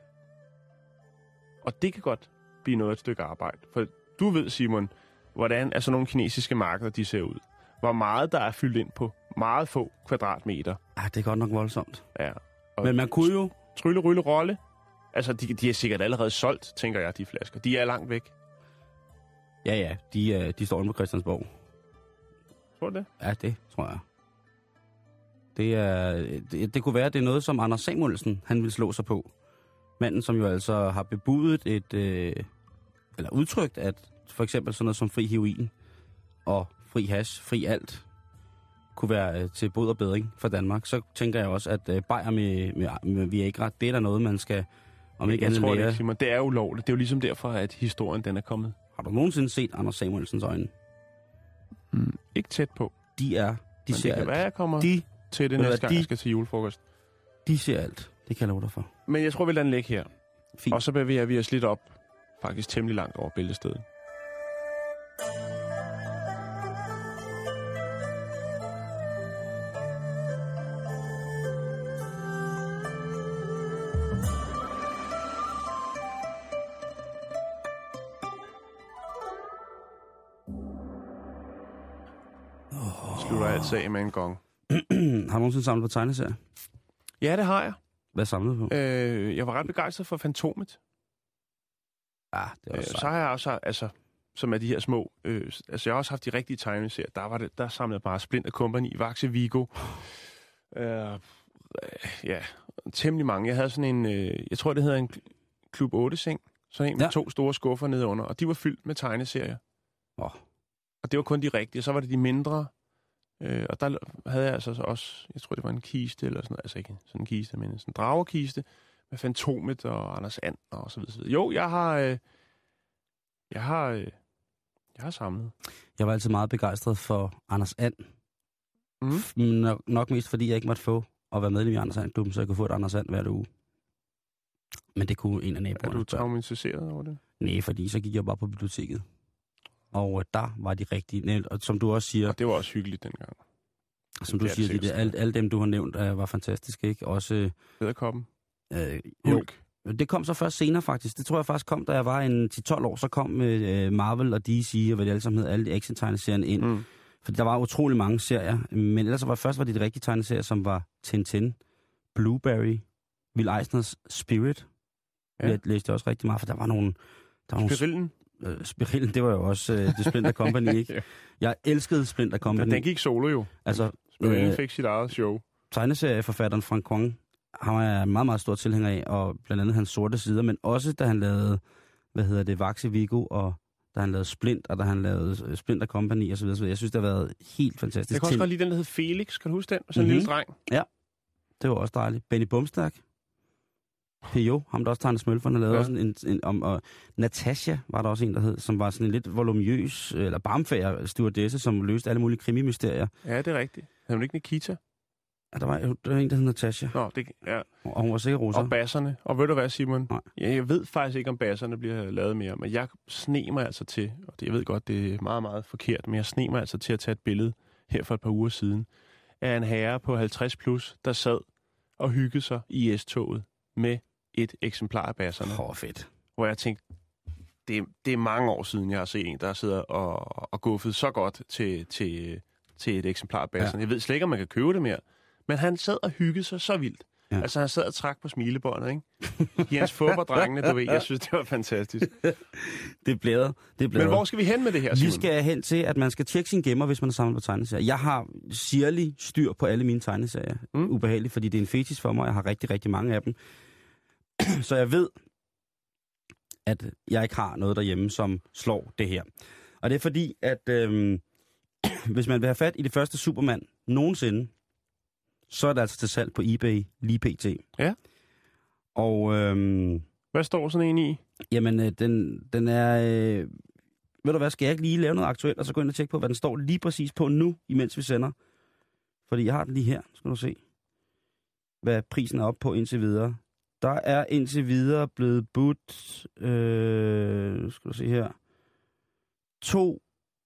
Og det kan godt blive noget af et stykke arbejde. For du ved, Simon, hvordan er sådan nogle kinesiske markeder, de ser ud. Hvor meget der er fyldt ind på meget få kvadratmeter. Ja, det er godt nok voldsomt. Ja. Og men man kunne jo... Trylle, rylle, rolle. Altså, de, de er sikkert allerede solgt, tænker jeg, de flasker. De er langt væk. Ja, ja. De, de står inde på Christiansborg. Tror du det? Ja, det tror jeg. Det, er, det, det kunne være, at det er noget, som Anders Samuelsen, han vil slå sig på. Manden, som jo altså har bebudet et... Øh, eller udtrykt, at for eksempel sådan noget som fri heroin og fri hash, fri alt, kunne være øh, til bod og bedring for Danmark. Så tænker jeg også, at øh, bajer med, med, med Viagra, det er der noget, man skal... Om ikke jeg tror lære. det, Simon. Det er ulovligt. Det er jo ligesom derfor, at historien den er kommet. Har du nogensinde set Anders Samuelsens øjne? Mm, ikke tæt på. De er... De Men ser det kan alt. være, jeg kommer de, til det næste gang, de, jeg skal til julefrokost. De ser alt. Det kan jeg love dig for. Men jeg tror, vi lader den ligge her. Fint. Og så bevæger vi os lidt op, faktisk temmelig langt over bæltestedet. Slutter altid af med en gong. Har du nogensinde samlet på tegneserier? Ja, det har jeg. Hvad samlede du på? Øh, jeg var ret begejstret for Fantomet. Ja, det var øh, Så har jeg også, altså, som er de her små... Øh, altså, jeg har også haft de rigtige tegneserier. Der var det, der samlede jeg bare Splint og Company, Vaxe Vigo. Øh, ja, temmelig mange. Jeg havde sådan en... Øh, jeg tror, det hedder en Klub otte-seng. Sådan en med ja. to store skuffer nede under. Og de var fyldt med tegneserier. Oh. Og det var kun de rigtige. Så var det de mindre... Øh, og der havde jeg altså også, jeg tror det var en kiste eller sådan noget, altså ikke sådan en kiste, men sådan en dragerkiste med Fantomet og Anders And og så videre. Så videre. Jo, jeg har, øh, jeg har, øh, jeg har samlet. Jeg var altid meget begejstret for Anders And. Mm. Nok, nok mest fordi jeg ikke måtte få at være medlem i Anders And-klubben, så jeg kunne få et Anders And hver uge. Men det kunne en af naboerne. Er du traumatiseret over det? Nej, fordi så gik jeg bare på biblioteket. Og der var de rigtig nævnt. Og som du også siger... Og det var også hyggeligt dengang. Som du siger, det der, alle, alle dem, du har nævnt, uh, var fantastiske, ikke? Også... Edderkoppen? Øh, jo. Det kom så først senere, faktisk. Det tror jeg faktisk kom, da jeg var en ti tolv år. Så kom uh, Marvel og D C og hvad det alle sammen hed, alle de action-tegneserierne ind. Mm. Fordi der var utrolig mange serier. Men ellers var først var det de rigtige tegneserier, som var Tintin, Blueberry, Will Eisners Spirit. Ja. Jeg læste også rigtig meget, for der var nogle... Der var Spirillen? Nogle, øh, Spirillen, det var jo også uh, The Splinter Company, ikke? Jeg elskede Splinter Company. Men den gik solo jo. Altså, Spirillen øh, fik sit eget show. Tegneserieforfatteren Frank Kwong, han var meget, meget stor tilhænger af, og blandt andet hans sorte sider, men også da han lavede, hvad hedder det, Vaxe Vigo, og da han lavede Splint, og da han lavede Splinter Company, og så videre, så videre. Jeg synes, det har været helt fantastisk. Jeg kan også godt lide den, der hed Felix. Kan du huske den? Sådan en mm-hmm. lille dreng. Ja, det var også dejligt. Benny Bumstærk. P O, ham der også tegnede Smølferne, lavede ja. også en, en om, og Natasha var der også en, der hed, som var sådan en lidt voluminøs, eller barmfager stewardesse, som løste alle mulige krimimysterier. Ja, det er rigtigt. Havde hun ikke Nikita? Ja, der var, der var en, der hed Natasha. Nå, det, ja. Og hun var sikkert rosa. Og basserne. Og ved du hvad, Simon? Nej. Ja, jeg ved faktisk ikke, om basserne bliver lavet mere, men jeg sne mig altså til, og det, jeg ved godt, det er meget, meget forkert, men jeg sne mig altså til at tage et billede her for et par uger siden af en herre på halvtreds plus, der sad og hyggede sig i S-toget med et eksemplar af basserne. Åh, oh, fedt. Hvor jeg tænkte, det, det er mange år siden, jeg har set en, der sidder og, og guffet så godt til, til, til et eksemplar af basserne. Ja. Jeg ved slet ikke, om man kan købe det mere. Men han sad og hyggede sig så vildt. Ja. Altså, han sad og trak på smilebåndet, ikke? Jens Fubber-drengene, du ved, jeg synes, det var fantastisk. Det blæder, det blæder. Men hvor skal vi hen med det her, Simon? Vi skal hen til, at man skal tjekke sin gemmer, hvis man er samlet på tegneserier. Jeg har sirlig styr på alle mine tegneserier. Mm. Ubehageligt, fordi det er en fetish for mig. Jeg har rigtig, rigtig mange af dem. Så jeg ved, at jeg ikke har noget derhjemme, som slår det her. Og det er fordi, at øhm, hvis man vil have fat i det første Superman nogensinde, så er det altså til salg på eBay lige pt. Ja. Og øhm, hvad står sådan en i? Jamen, øh, den, den er... Øh, ved du hvad, skal jeg ikke lige lave noget aktuelt, og så gå ind og tjekke på, hvad den står lige præcis på nu, imens vi sender? Fordi jeg har den lige her, skal du se, hvad prisen er oppe på indtil videre. Der er indtil videre blevet budt, øh, skal du se her, to,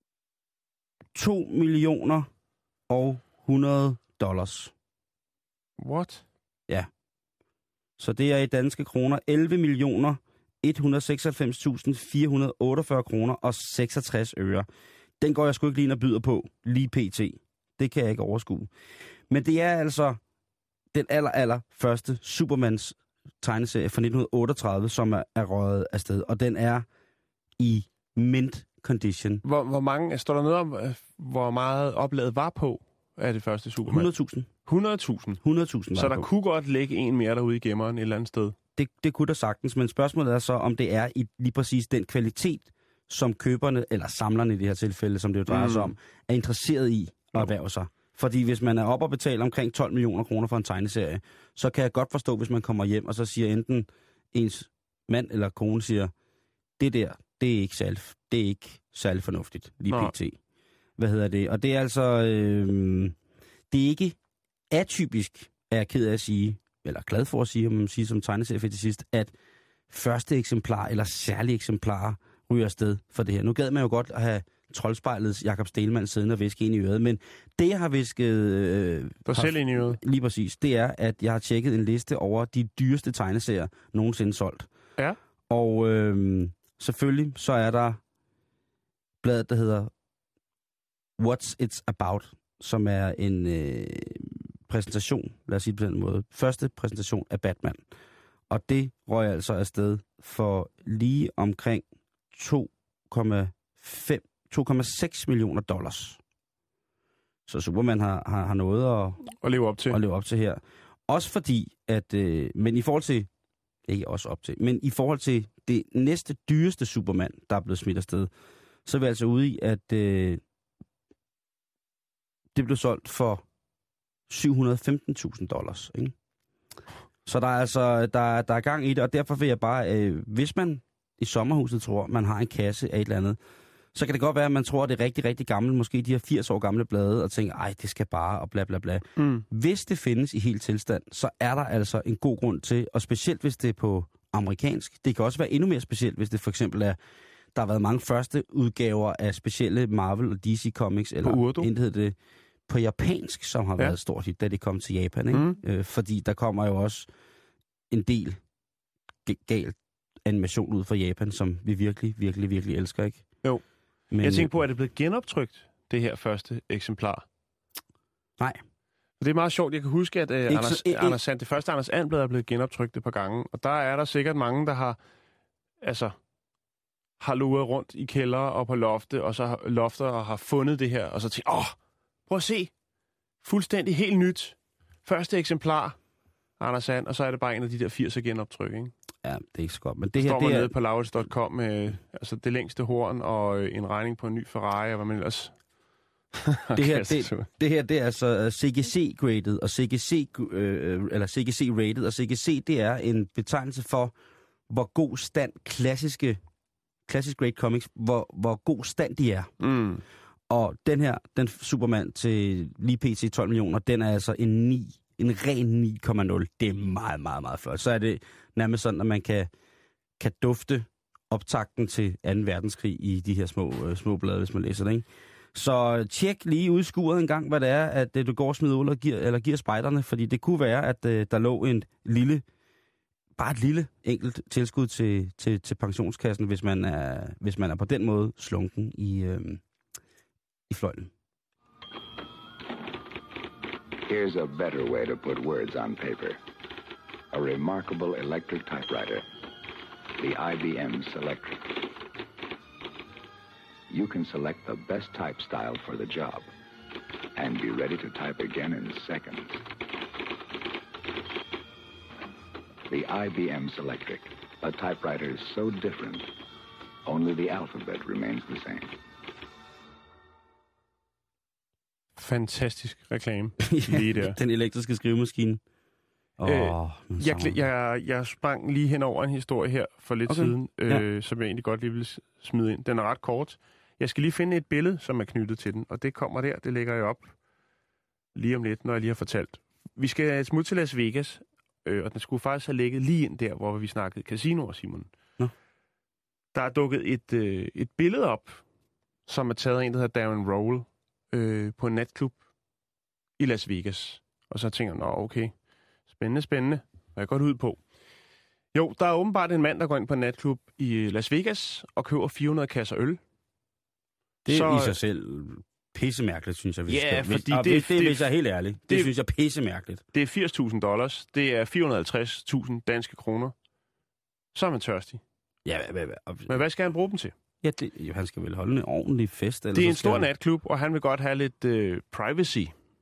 to millioner og hundrede dollars. What? Ja. Så det er i danske kroner elleve millioner et hundrede seksoghalvfems tusind fire hundrede otteogfyrre kroner og seksogtres øre. Den går jeg sgu ikke lige ind og byder på lige pt. Det kan jeg ikke overskue. Men det er altså den aller, aller første Supermans tegneserie fra nitten otteogtredive, som er, er røget afsted. Og den er i mint condition. Hvor, hvor mange, står der noget om, hvor meget oplaget var på af det første Superman? hundrede tusind. hundrede tusind? hundrede tusind. Så der på. kunne godt ligge en mere derude i gemmeren et eller andet sted? Det, det kunne der sagtens, men spørgsmålet er så, om det er i lige præcis den kvalitet, som køberne, eller samlerne i det her tilfælde, som det jo drejer mm. sig om, er interesseret i at erhverve sig. Fordi hvis man er oppe og betaler omkring tolv millioner kroner for en tegneserie, så kan jeg godt forstå, hvis man kommer hjem, og så siger enten ens mand eller kone siger, det der, det er ikke særlig, det er ikke særlig fornuftigt, lige pt. Hvad hedder det? Og det er altså, øh, det er ikke atypisk, er jeg ked af at sige, eller glad for at sige, om man siger som tegneseriefetishist, at første eksemplar eller særlige eksemplarer ryger afsted for det her. Nu gad man jo godt at have Troldspejlets Jakob Stelman siddende og viske ind i øret, men det, jeg har visket... Øh, har, selv ind i øret? Lige præcis. Det er, at jeg har tjekket en liste over de dyreste tegneserier nogensinde solgt. Ja. Og øh, selvfølgelig så er der bladet, der hedder What's It's About, som er en øh, præsentation, lad os sige på den måde, første præsentation af Batman. Og det røg altså afsted for lige omkring to komma seks millioner dollars. Så Superman har, har, har noget at, at leve op til. At leve op til her. Også fordi, at, øh, men i forhold til, ikke også op til, men i forhold til det næste dyreste Superman, der er blevet smidt afsted, så er vi altså ude i, at øh, det blev solgt for syv hundrede og femten tusind dollars. Ikke? Så der er altså der, der er gang i det, og derfor vil jeg bare, øh, hvis man i sommerhuset tror, man har en kasse af et eller andet, så kan det godt være, at man tror, at det er rigtig, rigtig gammelt, måske de her firs år gamle blade, og tænker, ej, det skal bare, og bla bla bla. Mm. Hvis det findes i helt tilstand, så er der altså en god grund til, og specielt hvis det er på amerikansk. Det kan også være endnu mere specielt, hvis det for eksempel er, der har været mange første udgaver af specielle Marvel og D C Comics, eller intet hedder det, på japansk, som har ja. været stort hit, da det kom til Japan. Ikke? Mm. Øh, fordi der kommer jo også en del g- galt animation ud fra Japan, som vi virkelig, virkelig, virkelig elsker, ikke? Jo. Men jeg tænker på, er det blevet genoptrykt, det her første eksemplar? Nej. Det er meget sjovt. Jeg kan huske, at uh, Anders, så, e- Anders Sand, det første Anders Andblad er blevet genoptrykt et par gange, og der er der sikkert mange, der har altså har luret rundt i kældre og på lofte, og så har, lofter og har fundet det her, og så tænkt, åh, prøv at se, fuldstændig helt nyt. Første eksemplar, Anders Sand, og så er det bare en af de der firs genoptryk, ikke? Ja, det er ikke så godt. Men det her, står man det er... nede på laurits punktum com med altså det længste horn og en regning på en ny Ferrari, og hvad man ellers... det, her, det, det her, det er altså C G C-graded, og C G C, øh, eller C G C-rated, og C G C, det er en betegnelse for, hvor god stand klassiske, klassisk grade comics, hvor, hvor god stand de er. Mm. Og den her, den Superman til lige pt. tolv millioner, den er altså en ni, en ren ni komma nul. Det er meget, meget, meget flot. Så er det nærmest sådan, at man kan, kan dufte optakten til anden verdenskrig i de her små, øh, små blade, hvis man læser det, ikke? Så tjek lige ud i skuret en gang, hvad det er, at øh, du går og smider ud og giver, eller giver spejderne, fordi det kunne være, at øh, der lå en lille, bare et lille enkelt tilskud til, til, til pensionskassen, hvis man, er, hvis man er på den måde slunken i, øh, i fløjlen. Here's a better way to put words on paper. A remarkable electric typewriter. The I B M Selectric. You can select the best type style for the job and be ready to type again in seconds. The I B M Selectric, a typewriter so different, only the alphabet remains the same. Fantastisk reklame lige der. Den elektriske skrivemaskine. Oh, øh, jeg, jeg, jeg sprang lige hen over en historie her for lidt okay. siden, øh, ja. som jeg egentlig godt lige vil smide ind. Den er ret kort. Jeg skal lige finde et billede, som er knyttet til den, og det kommer der. Det lægger jeg op lige om lidt, når jeg lige har fortalt. Vi skal smutte til Las Vegas, øh, og den skulle faktisk have ligget lige ind der, hvor vi snakkede casinoer, Simon. Ja. Der er dukket et, øh, et billede op, som er taget af en, der hedder Darren Roll, øh, på en natklub i Las Vegas. Og så tænker jeg, nå okay, spændende, spændende. Hvad er godt ud på? Jo, der er åbenbart en mand, der går ind på en natklub i Las Vegas og køber fire hundrede kasser øl. Det er så, i sig selv pissemærkeligt, synes jeg. Ja, skal. fordi det, det, det, det, hvis jeg er helt ærlig. Det, det synes jeg pissemærkeligt. Det er firs tusind dollars. Det er fire hundrede og halvtreds tusind danske kroner. Så er man tørstig. Ja, hvad, hvad, hvad, Men hvad skal han bruge dem til? Ja, det, jo, han skal vel holde en ordentlig fest. Eller det er en stor han... natklub, og han vil godt have lidt øh, privacy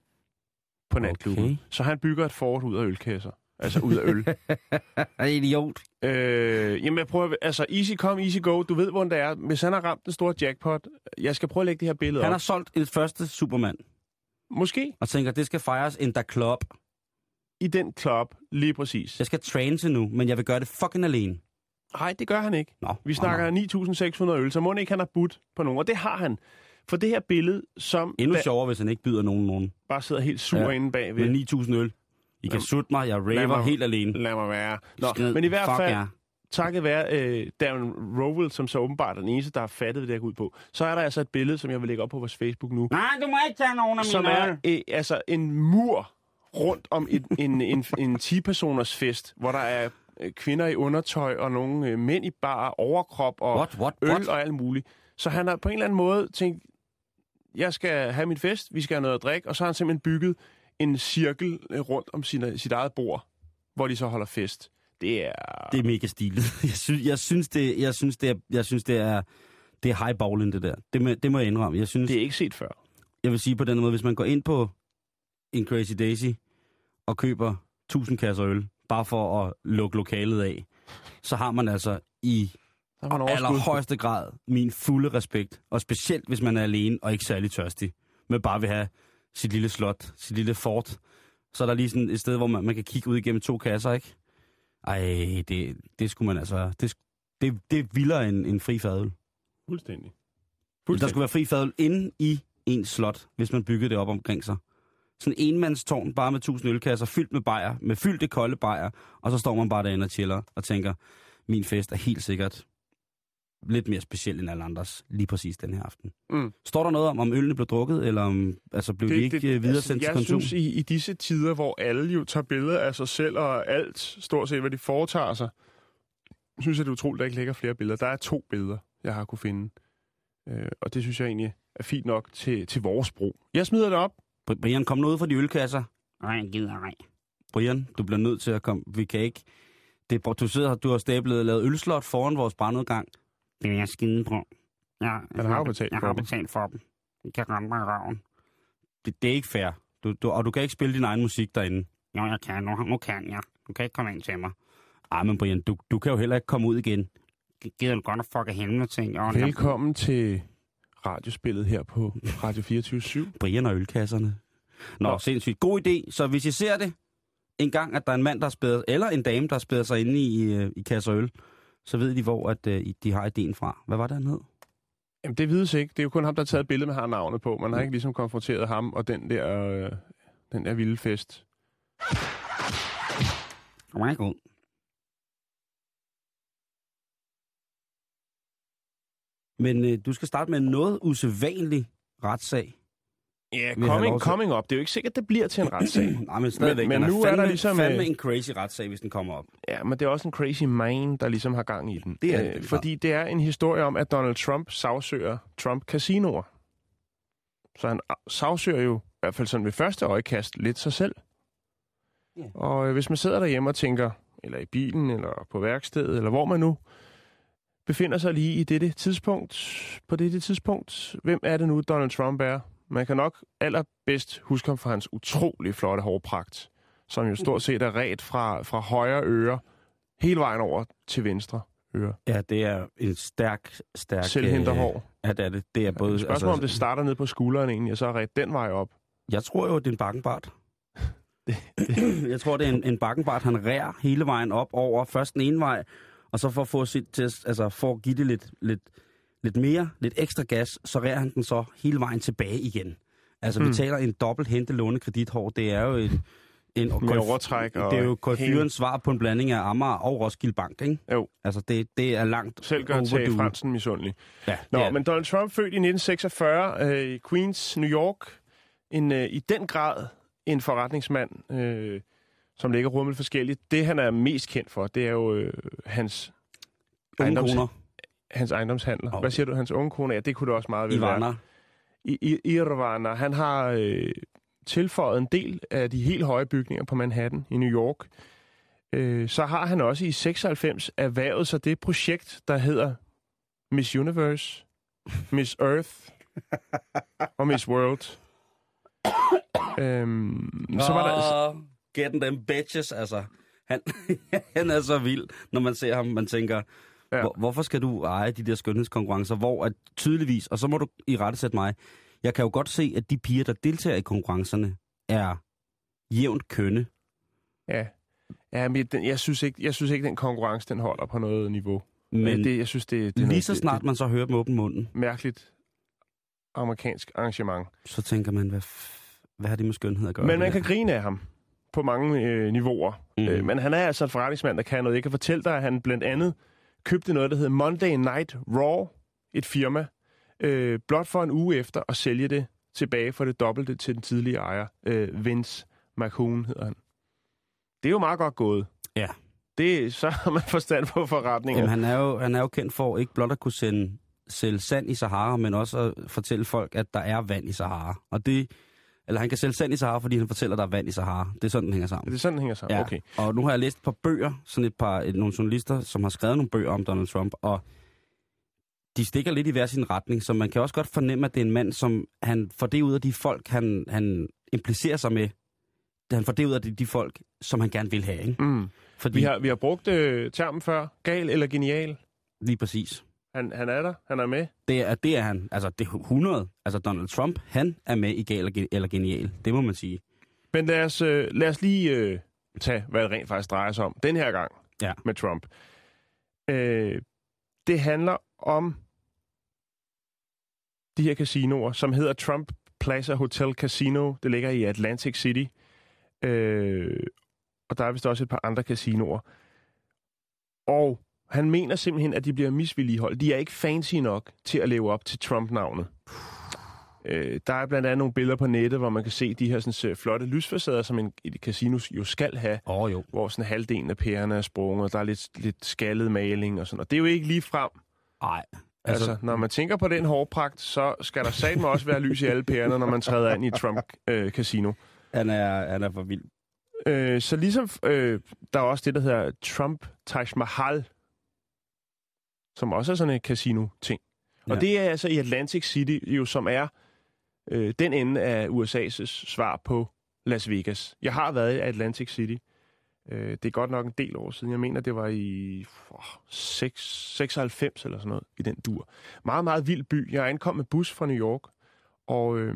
på natklubben. Okay. Så han bygger et fort ud af ølkasser. Altså ud af øl. Idiot. Øh, jamen jeg prøver, altså easy come, easy go. Du ved, hvor det er. Hvis han har ramt den store jackpot, jeg skal prøve at lægge det her billede Han op. har solgt et første Superman. Måske. Og tænker, det skal fejres in the club. I den club, lige præcis. Jeg skal transe nu, men jeg vil gøre det fucking alene. Nej, det gør han ikke. Nå, Vi snakker ni tusind seks hundrede øl, så må ikke han har budt på nogen. Og det har han. For det her billede, som... Endnu sjovere, hvis han ikke byder nogen nogen. Bare sidder helt sur ja, inde bagved. Med ni tusind øl. I kan sutte mig, jeg raver mig, helt alene. Lad mig være. Nå, Skrid, men i hvert fald, ja. takket være uh, Darren Rowell, som så åbenbart er den eneste, der har fattet, hvad det her går ud på, så er der altså et billede, som jeg vil lægge op på vores Facebook nu. Nej, du må ikke tage nogen af som mine er uh, altså en mur rundt om et, en, en, en ti-personers fest, hvor der er uh, kvinder i undertøj og nogle uh, mænd i bar, overkrop og what, what, øl what? og alt muligt. Så han har på en eller anden måde tænkt, jeg skal have min fest, vi skal have noget at drikke, og så har han simpelthen bygget en cirkel rundt om sin, sit eget bord, hvor de så holder fest. Det er... Det er mega stilet. Jeg synes, jeg synes, det, jeg synes, det er, jeg synes, det er, det er highballing, det der. Det må, det må jeg indrømme. Jeg synes, det er ikke set før. Jeg vil sige på den måde, hvis man går ind på en Crazy Daisy og køber tusind kasser øl, bare for at lukke lokalet af, så har man altså i allerhøjeste grad min fulde respekt. Og specielt, hvis man er alene og ikke særlig tørstig, men bare vil have sit lille slot, sit lille fort. Så er der lige sådan et sted, hvor man, man kan kigge ud igennem to kasser, ikke? Ej, det, det skulle man altså... Det, det, det er vildere end en fri fadøl. Fuldstændig. Fuldstændig. Der skulle være fri fadøl inde i ens slot, hvis man byggede det op omkring sig. Sådan en enmandstårn, bare med tusind ølkasser, fyldt med bajer, med fyldte kolde bajer, og så står man bare derinde og chiller og tænker, min fest er helt sikkert lidt mere speciel end alle andres, lige præcis den her aften. Mm. Står der noget om, om ølene blev drukket, eller om, altså blev det, de ikke det, videre sendt altså, til konsum? Jeg synes, i, i disse tider, hvor alle jo tager billeder af sig selv og alt, stort set, hvad de foretager sig, synes jeg, det er utroligt, at der ikke ligger flere billeder. Der er to billeder, jeg har kunne finde. Øh, og det synes jeg egentlig er fint nok til, til vores brug. Jeg smider det op. Brian, kom nu ud fra de ølkasser. Nej, jeg gider ej. Brian, du bliver nødt til at komme. Vi kan ikke... Det, du sidder her, du har stablet og lavet ølslot foran vores brandudgang. Det vil jeg skide på. Jeg, jeg har jo betalt jeg for har dem. betalt for dem. Jeg kan ramme mig i røven. Det, det er ikke fair. Du, du, og du kan ikke spille din egen musik derinde. Jo, jeg kan. Nu, nu kan jeg. Du kan ikke komme ind til mig. Ej, men Brian, du, du kan jo heller ikke komme ud igen. Gider du godt at fucke helvede til? Velkommen til radiospillet her på Radio fireogtyve syv. Brian og ølkasserne. Nå, Nå, sindssygt. God idé. Så hvis I ser det en gang, at der er en mand, der har spædet, eller en dame, der har spædet sig inde i, i kasser øl, så ved de, hvor at, uh, de har idéen fra. Hvad var det, han hed? Jamen, det vides ikke. Det er jo kun ham, der har taget et billede med har navnet på. Man har ikke ligesom konfronteret ham og den der, øh, den der vilde fest. Kom ikke ud. Men øh, du skal starte med noget usædvanlig retssag. Ja, yeah, coming, coming up. Det er jo ikke sikkert, det bliver til en retssag. Nej, men stadigvæk. Men, men nu fandme, er der ligesom... fandme en crazy retssag, hvis den kommer op. Ja, men det er også en crazy man, der ligesom har gang i den. Det er det. Øh, fordi det er en historie om, at Donald Trump sagsøger Trump Casinoer. Så han sagsøger jo, i hvert fald sådan ved første øjekast, lidt sig selv. Yeah. Og øh, hvis man sidder derhjemme og tænker, eller i bilen, eller på værkstedet, eller hvor man nu befinder sig lige i dette tidspunkt, på dette tidspunkt, hvem er det nu, Donald Trump er? Man kan nok allerbedst huske ham for hans utrolig flotte hårpragt, som jo stort set er ret fra, fra højre øre hele vejen over til venstre øre. Ja, det er en stærk, stærk... Selvhænterhår. Øh, ja, det er det. Det er både... Spørgsmålet altså, om det starter ned på skulderen egentlig, og så er ret den vej op. Jeg tror jo, det er en bakkenbart. Jeg tror, det er en, en bakkenbart, han rær hele vejen op over først den ene vej, og så for at få sit til, altså for at give det lidt, lidt, lidt mere, lidt ekstra gas, så rærer han den så hele vejen tilbage igen. Altså, mm. vi taler en dobbelt hente låne kredithår. Det er jo en... en med overtræk og... Det er jo konfyrens svar på en blanding af Amager og Roskilde Bank, ikke? Jo. Altså, det, det er langt selv gør Tage Fransen misundelig. Ja, Nå, ja. Men Donald Trump født i nitten seksogfyrre øh, i Queens, New York. En, øh, i den grad en forretningsmand, øh, som ligger rummet forskelligt. Det, han er mest kendt for, det er jo øh, hans... Ejendoms, hans ejendomshandler. Okay. Hvad siger du? Hans unge kone? Ja, det kunne det også meget vel være. I, I, Ivana. Han har øh, tilføjet en del af de helt høje bygninger på Manhattan i New York. Øh, så har han også i seksoghalvfems erhvervet sig det projekt, der hedder Miss Universe, Miss Earth og Miss World. øhm, oh, så var der... Getting them bitches, altså. Han, han er så vild, når man ser ham, man tænker... Ja. Hvor, hvorfor skal du eje de der skønhedskonkurrencer, hvor at tydeligvis, og så må du i rette sætte mig, jeg kan jo godt se, at de piger, der deltager i konkurrencerne, er jævnt kønne. Ja, ja men den, jeg, synes ikke, jeg synes ikke, den konkurrence, den holder på noget niveau. Men det, jeg synes, det, det er lige noget, så snart det, man så hører dem åbne munden. Mærkeligt amerikansk arrangement. Så tænker man, hvad, hvad har det med skønhed at gøre? Men man kan grine af ham på mange øh, niveauer. Mm. Øh, men han er altså en forretningsmand, der kan noget. Jeg kan fortælle dig, at han blandt andet købte noget, der hedder Monday Night Raw, et firma, øh, blot for en uge efter, og sælge det tilbage for det dobbelte til den tidlige ejer. Øh, Vince McMahon hedder han. Det er jo meget godt gået. Ja. Det, så har man forstand på forretninger. Jamen, han er jo, han er jo kendt for ikke blot at kunne sende, sælge sand i Sahara, men også at fortælle folk, at der er vand i Sahara. Og det... Eller han kan sælge sand i Sahara, fordi han fortæller, at der er vand i Sahara. Det er sådan, den hænger sammen. Det er sådan, den hænger sammen, ja. Okay. Og nu har jeg læst et par bøger, sådan et par, nogle journalister, som har skrevet nogle bøger om Donald Trump, og de stikker lidt i hver sin retning, så man kan også godt fornemme, at det er en mand, som han får det ud af de folk, han, han implicerer sig med. Han får det ud af de, de folk, som han gerne vil have, ikke? Mm. Fordi... Vi har, vi har brugt øh, termen før. Gal eller genial? Lige præcis. Han, han er der. Han er med. Det er, det er han. Altså, det er hundrede. Altså, Donald Trump, han er med i gal eller genial. Det må man sige. Men lad os, øh, lad os lige øh, tage, hvad det rent faktisk drejer sig om. Den her gang ja. med Trump. Øh, det handler om de her casinoer, som hedder Trump Plaza Hotel Casino. Det ligger i Atlantic City. Øh, og der er vist også et par andre casinoer. Og han mener simpelthen, at de bliver misvedligeholdt. De er ikke fancy nok til at leve op til Trump-navnet. Øh, der er blandt andet nogle billeder på nettet, hvor man kan se de her sådan, flotte lysfacader, som en, et casino jo skal have. Oh, jo. Hvor sådan halvdelen af pærerne er sprunget, der er lidt, lidt skaldet maling og sådan. Og det er jo ikke lige frem. Nej. Altså, altså, når man tænker på den hårpragt, så skal der satme også være lys i alle pærerne, når man træder ind i Trump-casino. Øh, han, er, han er for vild. Øh, så ligesom, øh, der er også det, der hedder Trump Taj Mahal, som også er sådan et casino-ting. Ja. Og det er altså i Atlantic City, jo, som er øh, den ende af U S A's svar på Las Vegas. Jeg har været i Atlantic City. Øh, det er godt nok en del år siden. Jeg mener, det var i oh, seksoghalvfems eller sådan noget, i den dur. Meget, meget vild by. Jeg ankom med bus fra New York, og øh,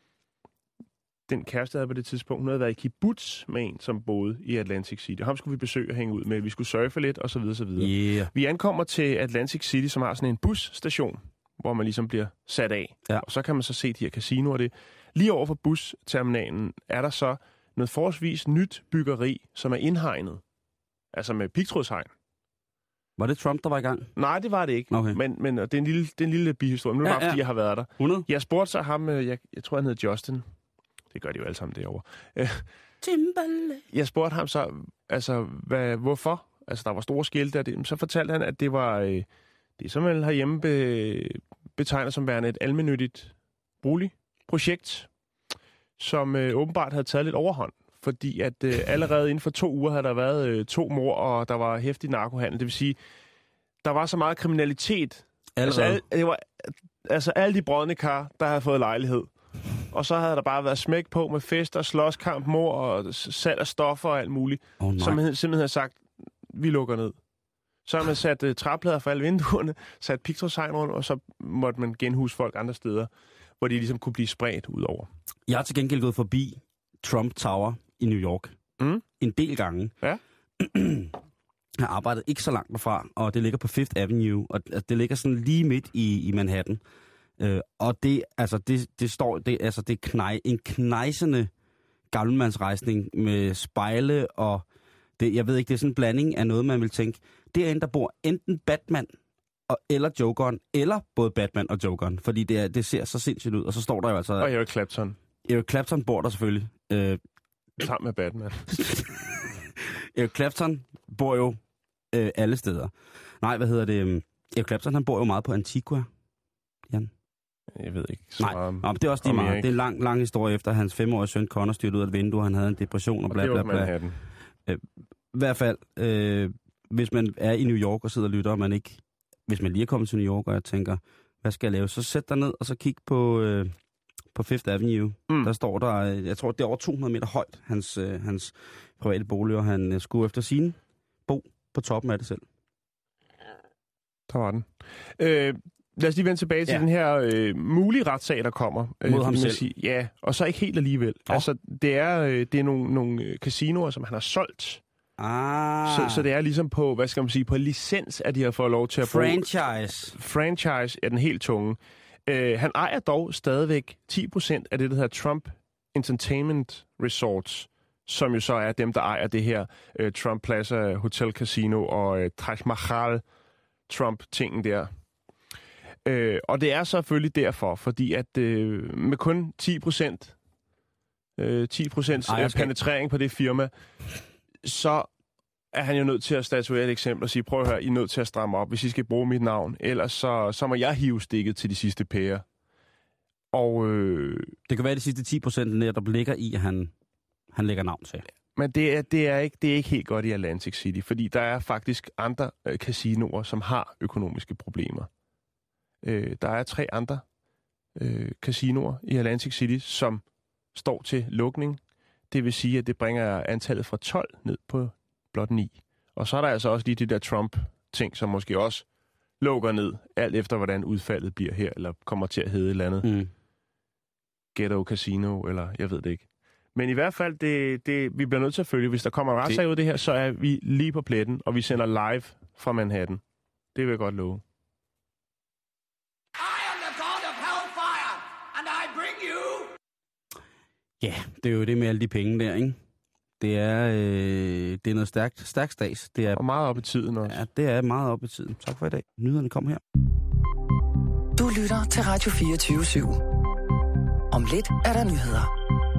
den kæreste, jeg havde på det tidspunkt, hun havde været i kibbutz med en, som boede i Atlantic City. Og ham skulle vi besøge og hænge ud med. Vi skulle surfe lidt, og så videre, så videre. Yeah. Vi ankommer til Atlantic City, som har sådan en busstation, hvor man ligesom bliver sat af. Ja. Og så kan man så se de her casinoer. Det. Lige over for busterminalen er der så noget forholdsvis nyt byggeri, som er indhegnet. Altså med pigtrådshegn. Var det Trump, der var i gang? Nej, det var det ikke. Okay. Men, men det er en lille, det er en lille bihistorie. Nu er det ja, bare, fordi ja. jeg har været der. hundrede Jeg spurgte så ham, jeg, jeg tror han hed Justin. Det gør de jo alle sammen derovre. Timberlake. Jeg spurgte ham så, altså, hvad, hvorfor? Altså, der var store skilte der. Så fortalte han, at det var øh, det, som man herhjemme be, betegner som værende et almennyttigt boligprojekt, som øh, åbenbart havde taget lidt overhånd. Fordi at øh, allerede inden for to uger havde der været øh, to mord, og der var heftig narkohandel. Det vil sige, der var så meget kriminalitet. Altså, al, det var, altså alle de brodne kar, der havde fået lejlighed. Og så havde der bare været smæk på med fester, slåskamp, mord og salg af stoffer og alt muligt. Oh, som man simpelthen havde sagt, vi lukker ned. Så har man sat uh, træplader for alle vinduerne, sat pigtrådshegn rundt, og så måtte man genhuse folk andre steder, hvor de ligesom kunne blive spredt ud over. Jeg har til gengæld gået forbi Trump Tower i New York mm. en del gange. Ja. Jeg har arbejdet ikke så langt derfra, og det ligger på Fifth Avenue, og det ligger sådan lige midt i, i Manhattan. Uh, og det, altså, det, det står, det, altså, det er knej, en knejsende gammelmandsrejsning med spejle, og det, jeg ved ikke, det er sådan en blanding af noget, man vil tænke. Derinde, der bor enten Batman og, eller Jokeren, eller både Batman og Jokeren, fordi det, er, det ser så sindssygt ud. Og så står der jo altså... Og Eric Clapton. Eric Clapton bor der selvfølgelig. Uh, Sammen med Batman. Eric Clapton bor jo uh, alle steder. Nej, hvad hedder det? Eric Clapton, han bor jo meget på Antigua, Jan. Jeg ved ikke så Nej, meget. Nej, det er også de meget. Det er en lang, lang historie efter hans femårige søn Connor styrte ud af et vindue, han havde en depression og bla bla bla. Øh, I hvert fald, øh, hvis man er i New York og sidder og lytter, og man ikke, hvis man lige er kommet til New York, og jeg tænker, hvad skal jeg lave? Så sæt dig ned og så kig på, øh, på Fifth Avenue. Mm. Der står der, jeg tror, det er over to hundrede meter højt, hans, øh, hans private bolig, og han øh, skulle efter sin bo på toppen af det selv. Der var den. Øh, Lad os lige vende tilbage til ja. den her øh, mulige retssag, der kommer. Mod øh, ham selv. Sige. Ja, og så ikke helt alligevel. Oh. Altså, det er, øh, det er nogle, nogle casinoer, som han har solgt. Ah. Så, så det er ligesom på, hvad skal man sige, på licens, at de har fået lov til at bruge... Franchise. Franchise er den helt tunge. Øh, han ejer dog stadigvæk ti procent af det, der hedder Trump Entertainment Resorts, som jo så er dem, der ejer det her øh, Trump Plaza Hotel Casino og øh, Taj Mahal Trump-tingen der. Øh, og det er selvfølgelig derfor, fordi at øh, med kun ti procent øh, ti procent penetrering på det firma, så er han jo nødt til at statuere et eksempel og sige, prøv at høre, I er nødt til at stramme op, hvis I skal bruge mit navn, ellers så, så må jeg hive stikket til de sidste pærer. Og øh, det kan være de sidste ti procent, der ligger i, at han, han lægger navn til. Men det er, det, er ikke, det er ikke helt godt i Atlantic City, fordi der er faktisk andre øh, casinoer, som har økonomiske problemer. Øh, der er tre andre øh, casinoer i Atlantic City, som står til lukning. Det vil sige, at det bringer antallet fra tolv ned på blot ni. Og så er der altså også lige de der Trump-ting, som måske også lukker ned, alt efter hvordan udfaldet bliver her, eller kommer til at hedde et eller andet. Mm. Ghetto Casino, eller jeg ved det ikke. Men i hvert fald, det, det, vi bliver nødt til at følge. Hvis der kommer en retssag ud af det her, så er vi lige på pletten, og vi sender live fra Manhattan. Det vil jeg godt love. Ja, det er jo det med alle de penge der, ikke? Det er, øh, det er noget stærkt, stærkt stads. Det er, og meget op i tiden også. Ja, det er meget op i tiden. Tak for i dag. Nyhederne kommer her. Du lytter til Radio fireogtyve syv. Om lidt er der nyheder.